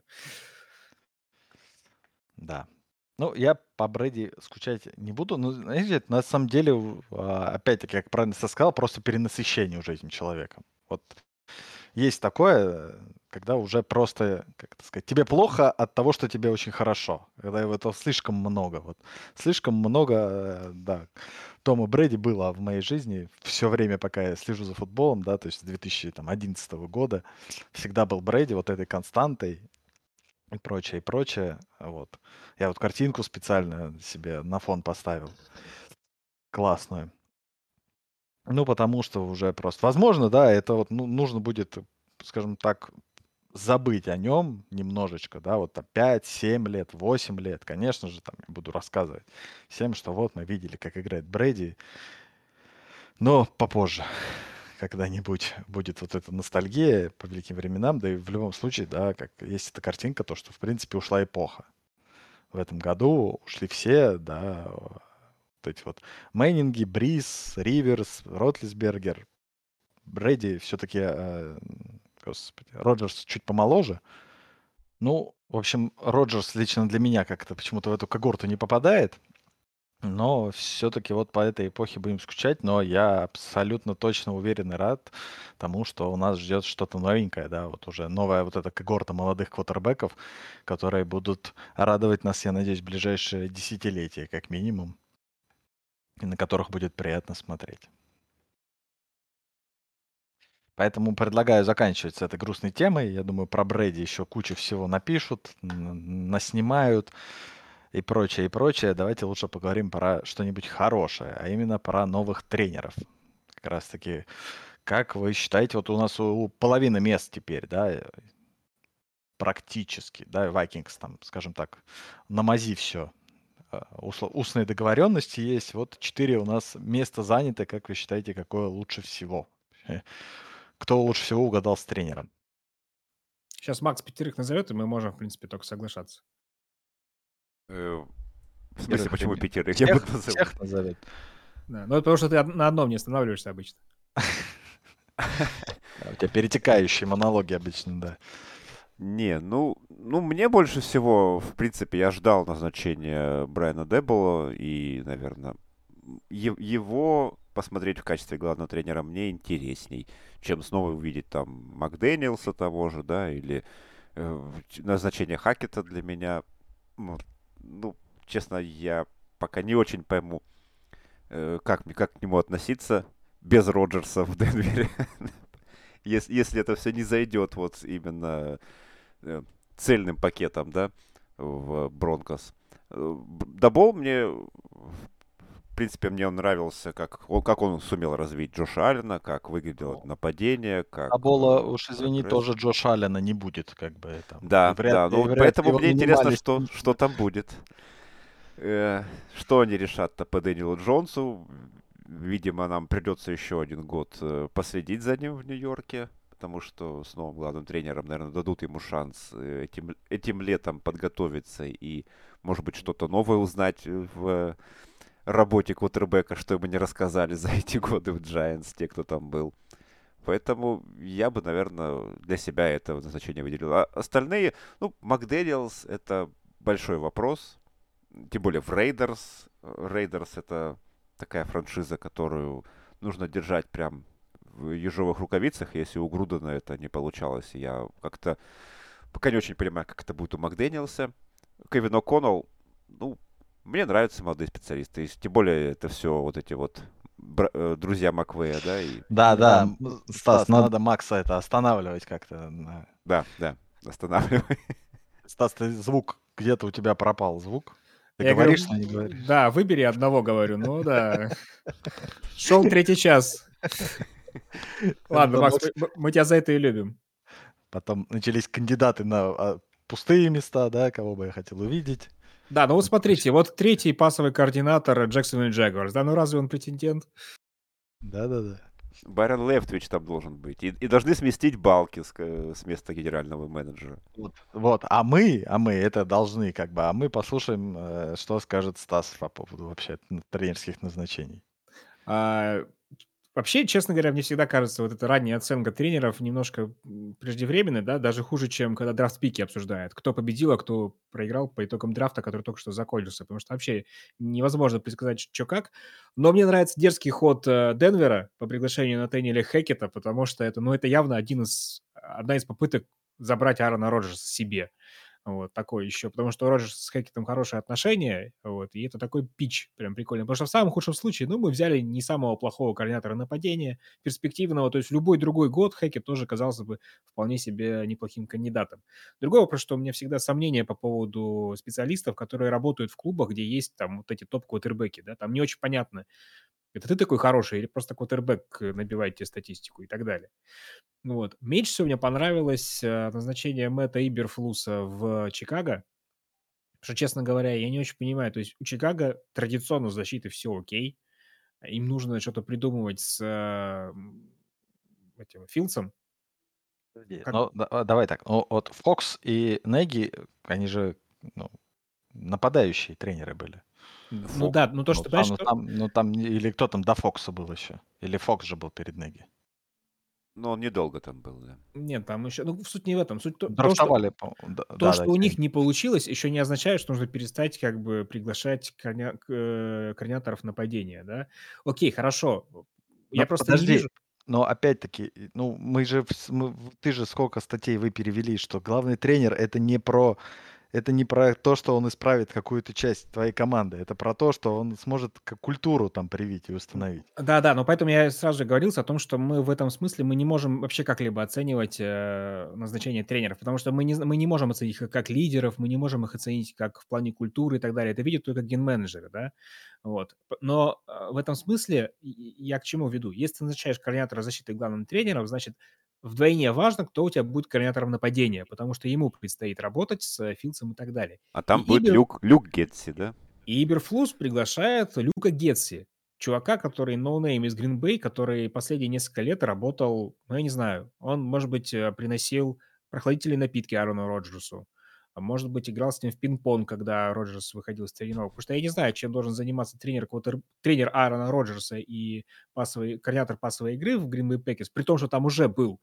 да. Ну, я по Брэди скучать не буду. Но, знаете, это на самом деле, у- а, опять-таки, как правильно ты сказал, просто перенасыщение уже этим человеком. Вот есть такое, когда уже просто, как это сказать, тебе плохо от того, что тебе очень хорошо. Когда этого слишком много. Вот. Слишком много, э, да, Тома Брэди было в моей жизни все время, пока я слежу за футболом, да, то есть с две тысячи одиннадцатого года всегда был Брэди вот этой константой и прочее, и прочее. Вот. Я вот картинку специально себе на фон поставил. Классную. Ну, потому что уже просто... Возможно, да, это вот ну, нужно будет, скажем так, забыть о нем немножечко, да, вот там пять-семь лет, восемь лет, конечно же, там я буду рассказывать всем, что вот мы видели, как играет Брэди, но попозже когда-нибудь будет вот эта ностальгия по великим временам, да и в любом случае, да, как есть эта картинка, то, что, в принципе, ушла эпоха. В этом году ушли все, да, вот эти вот Мэннинги, Бриз, Риверс, Ротлисбергер, Брэди все-таки, э, господи, Роджерс чуть помоложе. Ну, в общем, Роджерс лично для меня как-то почему-то в эту когорту не попадает. Но все-таки вот по этой эпохе будем скучать, но я абсолютно точно уверен и рад тому, что у нас ждет что-то новенькое, да, вот уже новая вот эта когорта молодых квотербеков, которые будут радовать нас, я надеюсь, в ближайшие десятилетия, как минимум, и на которых будет приятно смотреть. Поэтому предлагаю заканчивать с этой грустной темой. Я думаю, про Брэди еще кучу всего напишут, н- наснимают и прочее, и прочее. Давайте лучше поговорим про что-нибудь хорошее, а именно про новых тренеров. Как раз таки, как вы считаете, вот у нас у, у половины мест теперь, да, э, практически, да, Vikings там, скажем так, на мази все. Устные договоренности есть. Вот четыре у нас места заняты. Как вы считаете, какое лучше всего? Э, Кто лучше всего угадал с тренером? Сейчас Макс пятерых назовет, и мы можем, в принципе, только соглашаться. Э, В смысле, Пятерых почему или пятерых? Я всех, буду называть. всех назовет. Да. Ну, это потому что ты од- на одном не останавливаешься обычно. Да, у тебя перетекающие монологи обычно, да. Не, ну, ну, мне больше всего, в принципе, я ждал назначения Брайана Дебола, и, наверное, его посмотреть в качестве главного тренера мне интересней, чем снова увидеть там Макдэниелса того же, да, или э, ч- назначение Хакета для меня, ну, ну, честно, я пока не очень пойму, э, как, мне- как к нему относиться без Роджерса в Денвере. Если, если это все не зайдет вот именно э, цельным пакетом, да, в Бронкос. Э, Б- Дабол мне, в принципе, мне он нравился, как он, как он сумел развить Джоша Аллена, как выглядело это Ну, нападение, как а Бола, э, уж извини, прогресс. тоже Джош Аллена не будет, как бы там. И Да, вряд да, ну ли, и вот вряд ли поэтому его мне интересно, нанимали с что, ним, что там будет. Э, Что они решат-то по Дэниелу Джонсу? Видимо, нам придется еще один год э, последить за ним в Нью-Йорке, потому что с новым главным тренером, наверное, дадут ему шанс э, этим, этим летом подготовиться и, может быть, что-то новое узнать э, в работе квотербека, что ему не рассказали за эти годы в Giants, те, кто там был. Поэтому я бы, наверное, для себя это назначение выделил. А остальные, ну, Макдэниелс — это большой вопрос. Тем более в Рейдерс. Рейдерс — это такая франшиза, которую нужно держать прям в ежовых рукавицах, если у Грудена это не получалось. Я как-то пока не очень понимаю, как это будет у Макдэниелса. Кевин О'Коннелл, ну, мне нравятся молодые специалисты. И тем более это все вот эти вот бра- э, друзья Маквея, да, и Да, да, Да, м, Стас, надо Макса это останавливать как-то. на- да, да, останавливай. Стас, ты звук, где-то у тебя пропал звук. Ты я говорю, говоришь, что не говоришь? да, выбери одного, говорю. Ну да. Шел третий час. Ладно, Это Макс, Макс. мы, мы- мы тебя за это и любим. Потом начались кандидаты на а, пустые места, да, кого бы я хотел увидеть. Да, ну вот Ну, смотрите, вот третий пасовый координатор Джексонвилл Джагуарс. Да, ну разве он претендент? Да-да-да. Байрон Лефтвич там должен быть. И, и должны сместить Балки с, к- с места генерального менеджера. Вот, вот, а мы, а мы это должны, как бы, а мы послушаем, э, что скажет Стас по поводу вообще н- тренерских назначений. А, вообще, честно говоря, мне всегда кажется, вот эта ранняя оценка тренеров немножко м, преждевременная, да, даже хуже, чем когда драфт-пики обсуждают. Кто победил, а кто проиграл по итогам драфта, который только что закончился. Потому что вообще невозможно предсказать, что как. Но мне нравится дерзкий ход э, Денвера по приглашению Натаниэля Хекета, потому что это, ну, это явно один из, одна из попыток забрать Аарона Роджерса себе. Вот такой еще, потому что у Роджерса с Хекетом хорошие отношения, вот, и это такой пич прям прикольный. Потому что в самом худшем случае, ну, мы взяли не самого плохого координатора нападения, перспективного, то есть в любой другой год Хекет тоже казался бы вполне себе неплохим кандидатом. Другой вопрос, что у меня всегда сомнения по поводу специалистов, которые работают в клубах, где есть там вот эти топ-квотербеки, да, там не очень понятно, это ты такой хороший или просто квотербек э, набивает тебе статистику и так далее. Ну вот. Меньше всего мне понравилось э, назначение Мэтта Иберфлуса в Чикаго, потому что, честно говоря, я не очень понимаю. То есть у Чикаго традиционно с защитой все окей. Им нужно что-то придумывать с э, м, этим Филдсом. Подожди, Как... ну, да- а, давай так. Ну, вот Фокс и Неги, они же ну, нападающие тренеры были. Ну Фок. да, ну то, Ну, что, там, понимаешь, ну, что... там, ну, там, не- или кто там до Фокса был еще? Или Фокс же был перед Неги? Но он недолго там был, да. Нет, там еще... Ну, суть не в этом. Суть то, то, что Драфтовали, по- да, то, да, да, что у тем- них не получилось, еще не означает, что нужно перестать как бы приглашать координа- к- э, координаторов нападения, да? Окей, хорошо. Я Но просто не подожди, вижу... но опять-таки, и, ну, мы же, вс- мы- в- ты же сколько статей вы перевели, что главный тренер это не про, это не про то, что он исправит какую-то часть твоей команды, это про то, что он сможет как культуру там привить и установить. Да-да, но поэтому я сразу же говорил о том, что мы в этом смысле мы не можем вообще как-либо оценивать э, назначение тренеров, потому что мы не, зн- мы не можем оценить их как лидеров, мы не можем их оценить как в плане культуры и так далее. Это видят только ген-менеджеры, да? Вот. П- Но э, в этом смысле и- и я к чему веду? Если ты назначаешь координатора защиты главным тренером, значит, вдвойне важно, кто у тебя будет координатором нападения, потому что ему предстоит работать с э, Филдсом и так далее. А И там будет Ибер, Люк, Люк Гетси, да? и Иберфлус приглашает Люка Гетси, чувака, который ноунейм из Green Bay, который последние несколько лет работал, ну, я не знаю, он, может быть, э, приносил прохладительные напитки Аарону Роджерсу, а может быть, играл с ним в пинг-понг, когда Роджерс выходил из тренировок. Потому что я не знаю, чем должен заниматься тренер, квотер- тренер Аарона Роджерса и пасовый, координатор пассовой игры в Green Bay Packers, при том, что там уже был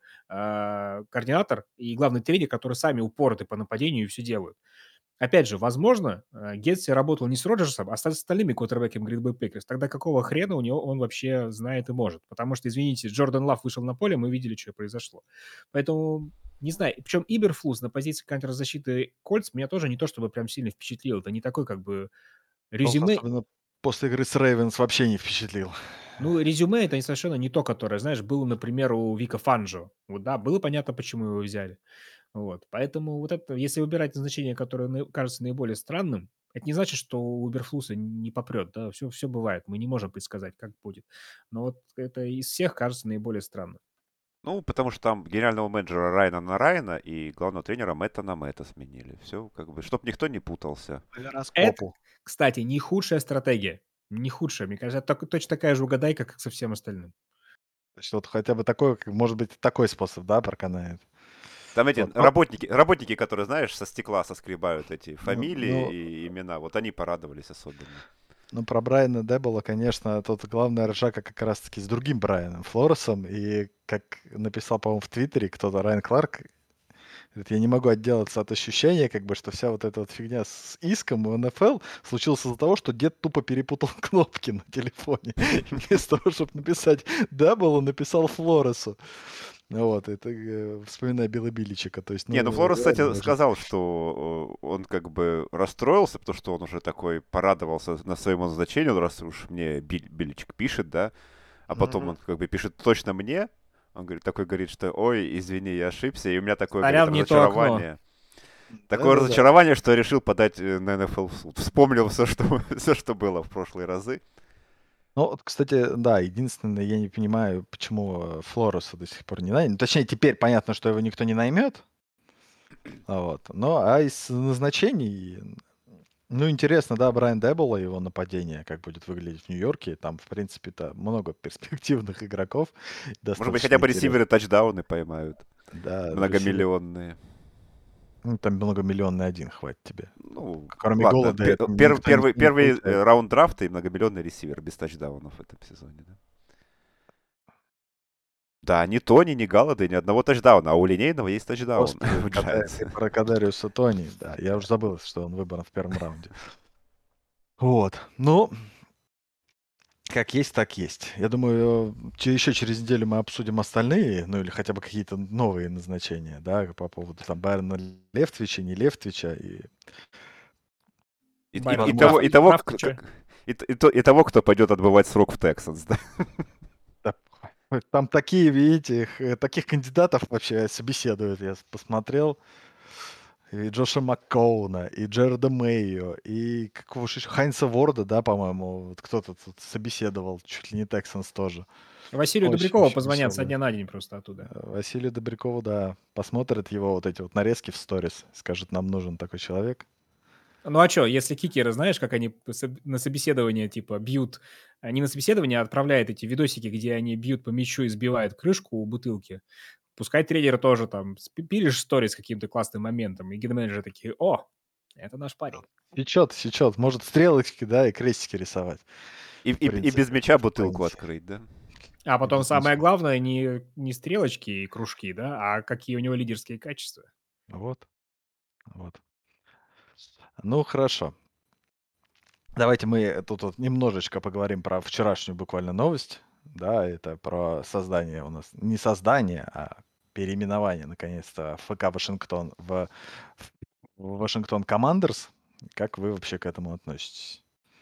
э, координатор и главный тренер, которые сами упороты по нападению и все делают. Опять же, возможно, э, Гетси работал не с Роджерсом, а с остальными квотербеками Green Bay Packers. Тогда какого хрена у него он вообще знает и может? Потому что, извините, Джордан Лав вышел на поле, мы видели, что произошло. Поэтому, не знаю. Причем Иберфлус на позиции контрзащиты Кольц меня тоже не то чтобы прям сильно впечатлил. Это не такой как бы Ос- резюме. Особенно после игры с Рейвенс вообще не впечатлил. Ну, резюме это совершенно не то, которое, знаешь, было, например, у Вика Фанджо. Вот, да, было понятно, почему его взяли. Вот. Поэтому вот это, если выбирать назначение, которое наи- кажется наиболее странным, это не значит, что у Уберфлуса не попрет, да, все, все бывает, мы не можем предсказать, как будет. Но вот это из всех кажется наиболее странным. Ну, потому что там генерального менеджера Райна на Райна и главного тренера Мэтта на Мэтта сменили. Все, как бы, чтобы никто не путался. Это, Гороскопу. кстати, не худшая стратегия. Не худшая, мне кажется, это так- точно такая же угадайка, как со всем остальным. То есть вот хотя бы такой, как- может быть, такой способ, да, проканает. Там эти Вот. Но, работники, работники, которые, знаешь, со стекла соскребают эти ну, фамилии ну, и имена, вот они порадовались особенно. ну, про Брайана Дебола, конечно, тут главная ржака как раз-таки с другим Брайаном Флоресом. И как написал, по-моему, в Твиттере кто-то, Райан Кларк, Говорит, я не могу отделаться от ощущения, как бы, что вся вот эта вот фигня с иском в эн эф эл случилась из-за того, что дед тупо перепутал кнопки на телефоне. И вместо того, чтобы написать дабл, он написал Флоресу. Вот, это э, вспоминая Билла Биличика. То есть, Не, ну ну, Флорес, реально кстати, уже... сказал, что э, он как бы расстроился, потому что он уже такой порадовался на своему назначению, ну, раз уж мне Биль- Биличик пишет, да, а потом Мгм. он как бы пишет точно мне, он говорит, такой говорит, что ой, извини, я ошибся, и у меня такое, говорит, Сорян, не то окно. разочарование. Такое Да-да-да. разочарование, что я решил подать э, на эн эф эл в суд. Вспомнил все, что, все, что было в прошлые разы. Ну, вот, кстати, да, единственное, я не понимаю, почему э, Флореса до сих пор не наняли. Ну, точнее, теперь понятно, что его никто не наймет. А вот. Ну, а из назначений, ну, интересно, да, Брайан Деббл и его нападение, как будет выглядеть в Нью-Йорке. Там, в принципе-то, много перспективных игроков. Может быть, Достаточно хотя бы интересно. ресиверы тачдауны поймают. Да, ресивер. Многомиллионные. Ну, там многомиллионный один хватит тебе. Ну, Кроме ладно, голода, пе- это пер- никто первый, ничего не первый получает. э, раунд драфта и многомиллионный ресивер без тачдаунов в этом сезоне. Да, да ни Тони, ни Галлады, ни одного тачдауна, а у линейного есть тачдаун Господи, у Када- Giants. ты про Кадариуса Тони, да. Я уже забыл, что он выбран в первом раунде. Вот. Ну, как есть, так есть. Я думаю, че- еще через неделю мы обсудим остальные, ну или хотя бы какие-то новые назначения, да, по поводу там Байрона Левтвича, не Левтвича. И, И, и- и Байрон того, и, Браф- того, к- Брафтича. к- и, т- и то- и того, кто пойдет отбывать срок в Texans, да. да, там такие, видите, их, э, таких кандидатов вообще собеседуют, я посмотрел. И Джоша Маккоуна, и Джерда Мэйо, и какого же еще Хайнса Ворда, да, по-моему, вот кто-то тут собеседовал, чуть ли не Тексанс тоже. Василию Очень, Добрякову очень позвонят со веселые. дня на день просто оттуда. Э, Василию Добрякову, да, посмотрит его вот эти вот нарезки в сторис, скажет, нам нужен такой человек. Ну а что, если кикеры, знаешь, как они по соб- на собеседование типа бьют, а не на собеседование, а отправляют эти видосики, где они бьют по мячу и сбивают крышку у бутылки. Пускай тренер тоже там спи- пилишь сторис с каким-то классным моментом, и гейм-менеджеры такие, о, это наш парень. Сечет, сечет, может стрелочки, да, и крестики рисовать, И, в и, и без принципе, мяча в бутылку памяти. открыть, да. А И потом без самое мяча. главное не, не стрелочки и кружки, да, а какие у него лидерские качества. Вот, вот. Ну, хорошо. Давайте мы тут вот немножечко поговорим про вчерашнюю буквально новость. Да, это про создание у нас, не создание, а переименование, наконец-то, ФК Вашингтон в, в Вашингтон Командерс. Как вы вообще к этому относитесь?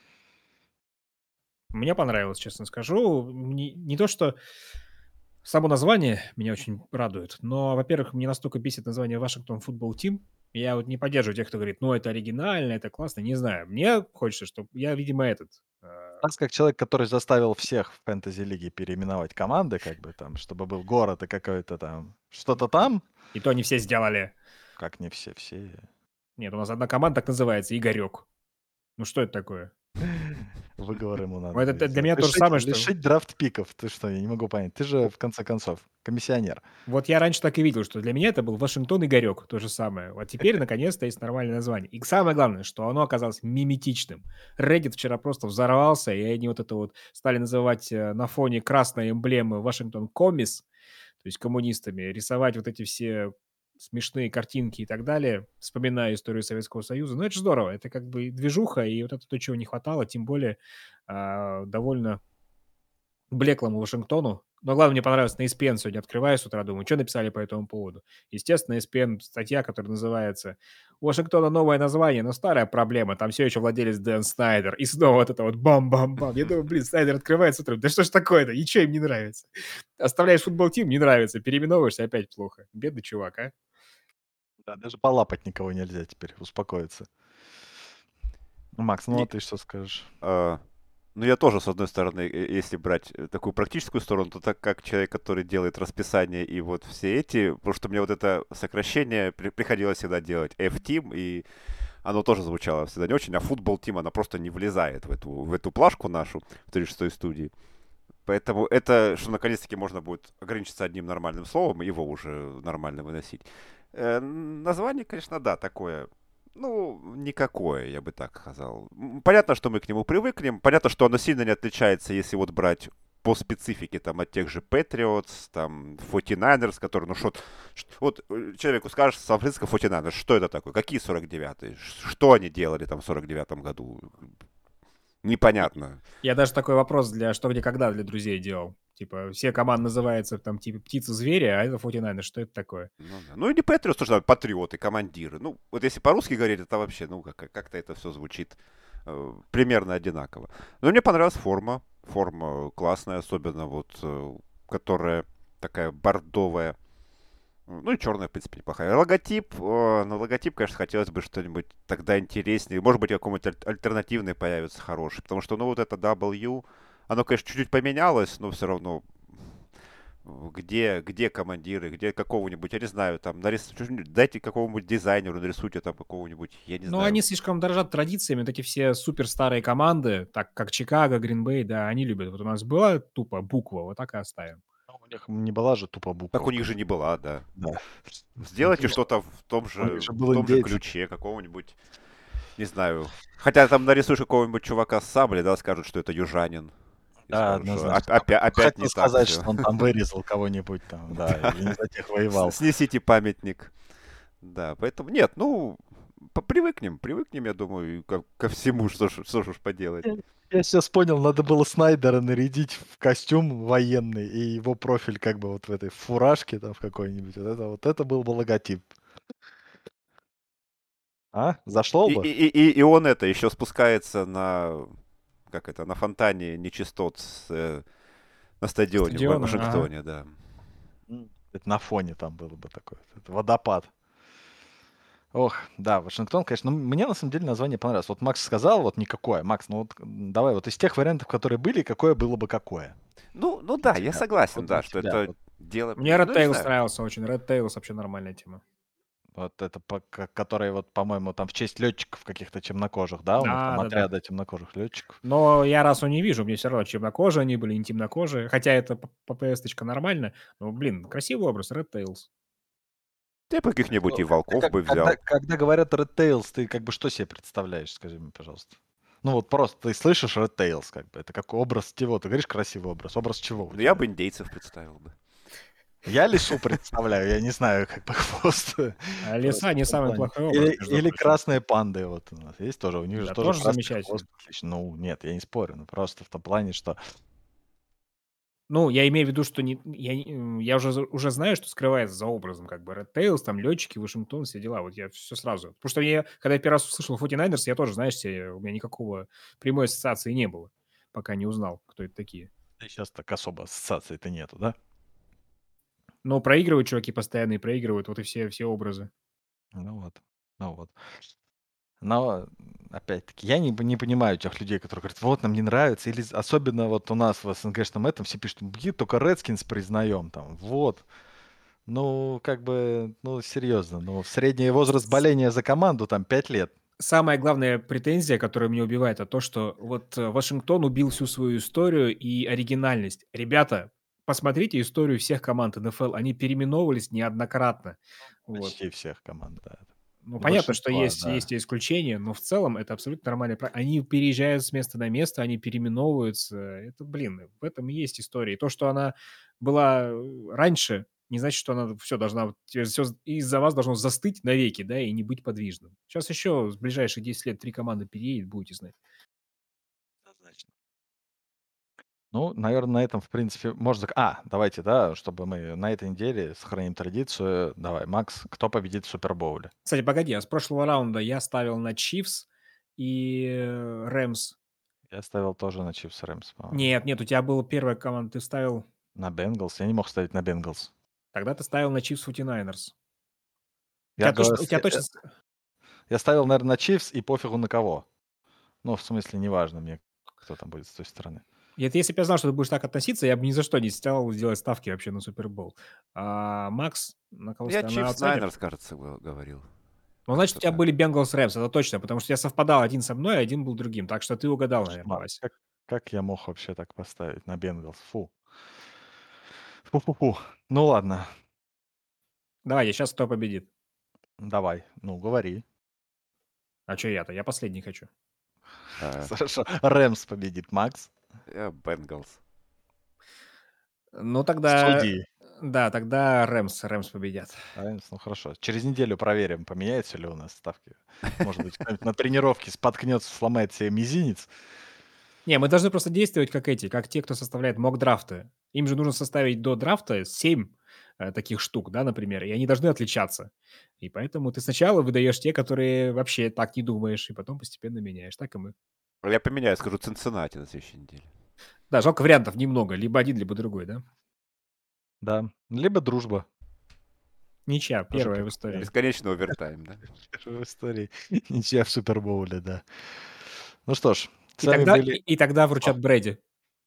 Мне понравилось, честно скажу. Не, не то, что само название меня очень радует, но, во-первых, мне настолько бесит название Вашингтон Футбол Тим. Я вот не поддерживаю тех, кто говорит, ну, это оригинально, это классно, не знаю. Мне хочется, чтобы я, видимо, этот... э, Вас как человек, который заставил всех в фэнтези-лиге переименовать команды, как бы там, чтобы был город и какой-то там, что-то там, И то не все сделали. как не все, все. Нет, у нас одна команда так называется, Игорек. Ну, что это такое? Выговор ему надо Ну, это будет для сделать. меня то же Лишить, самое, что... лишить драфт пиков. Ты что, я не могу понять. Ты же, в конце концов, комиссионер. Вот я раньше так и видел, что для меня это был Вашингтон Игорек, то же самое. Вот теперь, наконец-то, есть нормальное название. И самое главное, что оно оказалось миметичным. Reddit вчера просто взорвался, и они вот это вот стали называть э, на фоне красной эмблемы Вашингтон Комис, то есть коммунистами, рисовать вот эти все смешные картинки и так далее, вспоминая историю Советского Союза. Ну, это же здорово. Это как бы движуха, и вот это то, чего не хватало, тем более а, довольно блеклому Вашингтону. Но главное, мне понравилось, на и эс пи эн сегодня открываю с утра, думаю, что написали по этому поводу. Естественно, и эс пи эн статья, которая называется «У Вашингтона новое название, но старая проблема, там все еще владелец Дэн Снайдер». И снова вот это вот бам-бам-бам. Я думаю, блин, Снайдер открывает с утра, да что ж такое-то, ничего им не нравится. Оставляешь футбол-тим, не нравится, переименовываешься, опять плохо. Бедный чувак, а. Да, даже полапать никого нельзя теперь, успокоиться. Ну, Макс, ну а Не- ты что скажешь? а, ну, я тоже, с одной стороны, э, если брать э, такую практическую сторону, то так как человек, который делает расписание и вот все эти, потому что мне вот это сокращение при- приходилось всегда делать, F-Team, и оно тоже звучало всегда не очень, а футбол Team, она просто не влезает в эту, в эту плашку нашу в тридцать шестой студии. Поэтому это, что наконец-таки можно будет ограничиться одним нормальным словом и его уже нормально выносить. Э, название, конечно, да, такое, ну, никакое, я бы так сказал. М, Понятно, что мы к нему привыкнем, понятно, что оно сильно не отличается, если вот брать по специфике там от тех же Patriots, там форти найнерс, которые, ну что, вот э, человеку скажешь, Сан-Франциско форти найнерс, что это такое? Какие сорок девятые? Ш- Что они делали там в сорок девятом году? Непонятно. Я даже такой вопрос для «Что, где, когда» для друзей делал. Типа, все команды называются там типа «Птица-звери», а это форти найнерс. Что это такое? Ну, да. Ну или Patriots тоже, да, патриоты, командиры. Ну, вот если по-русски говорить, это вообще, ну, как- как-то это все звучит э, примерно одинаково. Но мне понравилась форма. Форма классная, особенно вот, э, которая такая бордовая. Ну и черная, в принципе, неплохая. Логотип, э, ну, логотип, конечно, хотелось бы что-нибудь тогда интереснее. Может быть, какой-нибудь аль- альтернативный появится хороший. Потому что, ну, вот это W, оно, конечно, чуть-чуть поменялось, но все равно где, где командиры, где какого-нибудь, я не знаю, там, нарис... дайте какому-нибудь дизайнеру, нарисуйте там какого-нибудь, я не Ну, они знаю. слишком дорожат традициями. Вот эти все супер старые команды, так как Чикаго, Гринбей, да, они любят. Вот у нас была тупо буква, вот так и оставим. Ну, у них не была же тупо Так у них буковка. же не была, да. Да. Сделайте У них что-то в том у них же, же в был том же индейец. ключе, какого-нибудь, не знаю. Хотя там нарисуешь какого-нибудь чувака с саблей, да, скажут, что это южанин. И Да, скажут, что однозначно. оп- опя- Там опять хотел не так сказать, все. что он там вырезал кого-нибудь там, да, или не за тех воевал. Снесите памятник. Да, поэтому нет, ну, по- привыкнем, привыкнем, я думаю, ко, ко всему, что, ж- что ж уж поделать. Я я сейчас понял, надо было Снайдера нарядить в костюм военный и его профиль как бы вот в этой фуражке там в какой-нибудь. Вот это, вот это был бы логотип. А? Зашло И, бы? и, и, и он это еще спускается на, как это, на фонтане нечистот с, э, на стадионе в Ва- Стадиона, ага. Вашингтоне, да. М, Это на фоне там было бы такой. Это водопад. Ох, да, Вашингтон, конечно, ну, мне на самом деле название понравилось. Вот Макс сказал, вот никакое. Макс, ну вот м, давай, вот из тех вариантов, которые были, какое было бы какое Ну, ну для да, я тебя? Вот, согласен, вот для да, что тебя. это Вот, дело, Мне ну, Red не Tails знаю. нравился очень. Red Tails вообще нормальная тема. вот это, по- ко- которые вот, по-моему, там в честь летчиков каких-то темнокожих, да, у них там Да, да, да. отряда темнокожих летчиков. Но я расу не вижу, мне все равно темнокожие они были, не темнокожие. Хотя это по ПС-очка нормально. Но, блин, красивый образ, Red Tails. Я бы каких-нибудь Ну, и ты волков как- бы когда, взял. когда говорят Red Tails, ты как бы что себе представляешь, скажи мне, пожалуйста? Ну вот просто ты слышишь Red Tails, как бы, это как образ чего? Ты говоришь красивый образ, образ чего у Ну, я тебя? бы индейцев представил бы. Я лису представляю, я не знаю, как бы хвост. А Просто лиса не в том самый плане. плохой образ, Или, между или прочим. красные панды вот у нас есть тоже, у них же Да, тоже тоже красный замечательно. хвост. Отлично. Ну нет, я не спорю, но просто в том плане, что Ну, я имею в виду, что не, я, не- м, я уже, за- уже знаю, что скрывается за образом, как бы, Red Tails, там, летчики, Вашингтон, все дела, вот я все сразу. Потому что я, когда я первый раз услышал форти найнерс, я тоже, знаешь, себе, у меня никакого прямой ассоциации не было, пока не узнал, кто это такие. сейчас так особо ассоциаций-то нету, да? Но проигрывают чуваки постоянно и проигрывают, вот и все, все образы. Ну вот, ну вот. Но, опять-таки, я не, п- не понимаю тех людей, которые говорят, вот, нам не нравится, или з- особенно вот у нас в СНГшном этом все пишут, «Бги, только Redskins признаем, там, вот. Ну, как бы, ну, серьезно, ну, средний возраст боления за команду там пять лет. Самая главная претензия, которая меня убивает, это то, что вот э, Вашингтон убил всю свою историю и оригинальность. Ребята, посмотрите историю всех команд эн эф эл, они переименовывались неоднократно. Вот. Почти всех команд, да. Ну, Ну, понятно, что большинства, есть, да. есть и исключения, но в целом это абсолютно нормально. Они переезжают с места на место, они переименовываются. Это, блин, в этом и есть история. И то, что она была э, раньше, не значит, что она все должна, вот теперь всё з- из-за вас должно застыть навеки, да, и не быть подвижным. Сейчас еще в ближайшие десять лет три команды переедет, будете знать. Однозначно. Ну, наверное, на этом, в принципе, можно... зак- А, давайте, да, чтобы мы на этой неделе сохраним традицию. Давай, Макс, кто победит в Супербоуле? Кстати, погоди, а с прошлого раунда я ставил на Чивс и э, Рэмс. Я ставил тоже на Чивс Рэмс, по-моему. Нет, нет, у тебя была первая команда, ты ставил... На Бенгалс. Я не мог ставить на Бенгалс. Тогда ты ставил на Чивс форти найнерс. У Я, тебя говорю, точно, у с- тебя э, точно... я ставил, наверное, на Чивс и пофигу на кого. Ну, в смысле, неважно мне, кто там будет с той стороны. И это если бы я знал, что ты будешь так относиться, я бы ни за что не стал делать ставки вообще на Супербол. А Макс, на кого Я ставил? На Чифс аутсайдер? Найнерс, кажется, го- говорил. Ну, значит, у Как-то тебя так. были Бенгалс Рэмс, это точно, потому что я совпадал один со мной, а один был другим. Так что ты угадал, наверное, Кошмар. Вася. Как, как я мог вообще так поставить на Бенгалс? Фу. Фу-фу-фу. Ну ладно, Давай, я сейчас кто победит. давай. Ну, говори. А что я-то? Я последний хочу. А, Хорошо. Рэмс победит, Макс. я Бенгалс. Ну, тогда, Судьи. да, тогда Рэмс, Рэмс победят. Раймс, ну хорошо. Через неделю проверим, поменяются ли у нас ставки. Может быть, кто-нибудь на тренировке споткнется, сломает себе мизинец. Не, мы должны просто действовать как эти, как те, кто составляет мок-драфты. Им же нужно составить до драфта семь э, таких штук, да, например, и они должны отличаться. И поэтому ты сначала выдаешь те, которые вообще так не думаешь, и потом постепенно меняешь. Так и мы. Я поменяю, скажу Цинциннати на следующей неделе. Да, жалко вариантов немного. Либо один, либо другой, да? Да. Либо дружба. Ничья, Тоже первая в как истории. вариант. Бесконечный овертайм, да? Первая в истории. Ничья в Супербоуле, да. Ну что ж, с И вами тогда, и, были... и тогда О, вручат Брэди.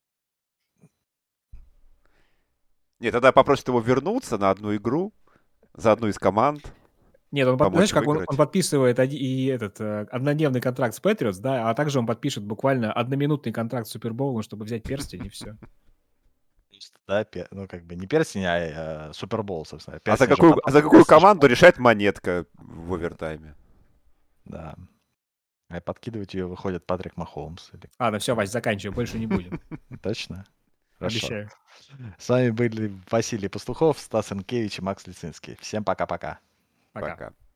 Нет, тогда попросят его вернуться на одну игру за одну из команд, Нет, он, под- помочь знаешь, как он, он выиграть. подписывает оди- и этот э, однодневный контракт с Патриотс, да, а также он подпишет буквально одноминутный контракт с Супербоулом, чтобы взять перстень, и все. да, пе- ну как бы не перстень, а э, Супербол, собственно. А за Перстень же какую, потом. за какую Перстень же команду потом. решает монетка в овертайме? Да. А подкидывать ее выходит Патрик Махомс. Или... Ладно, все, Вась, заканчивай, больше не будем. Точно? Хорошо. Обещаю. С вами были Василий Пастухов, Стас Инкевич и Макс Лицинский. Всем пока-пока. Пока. Пока.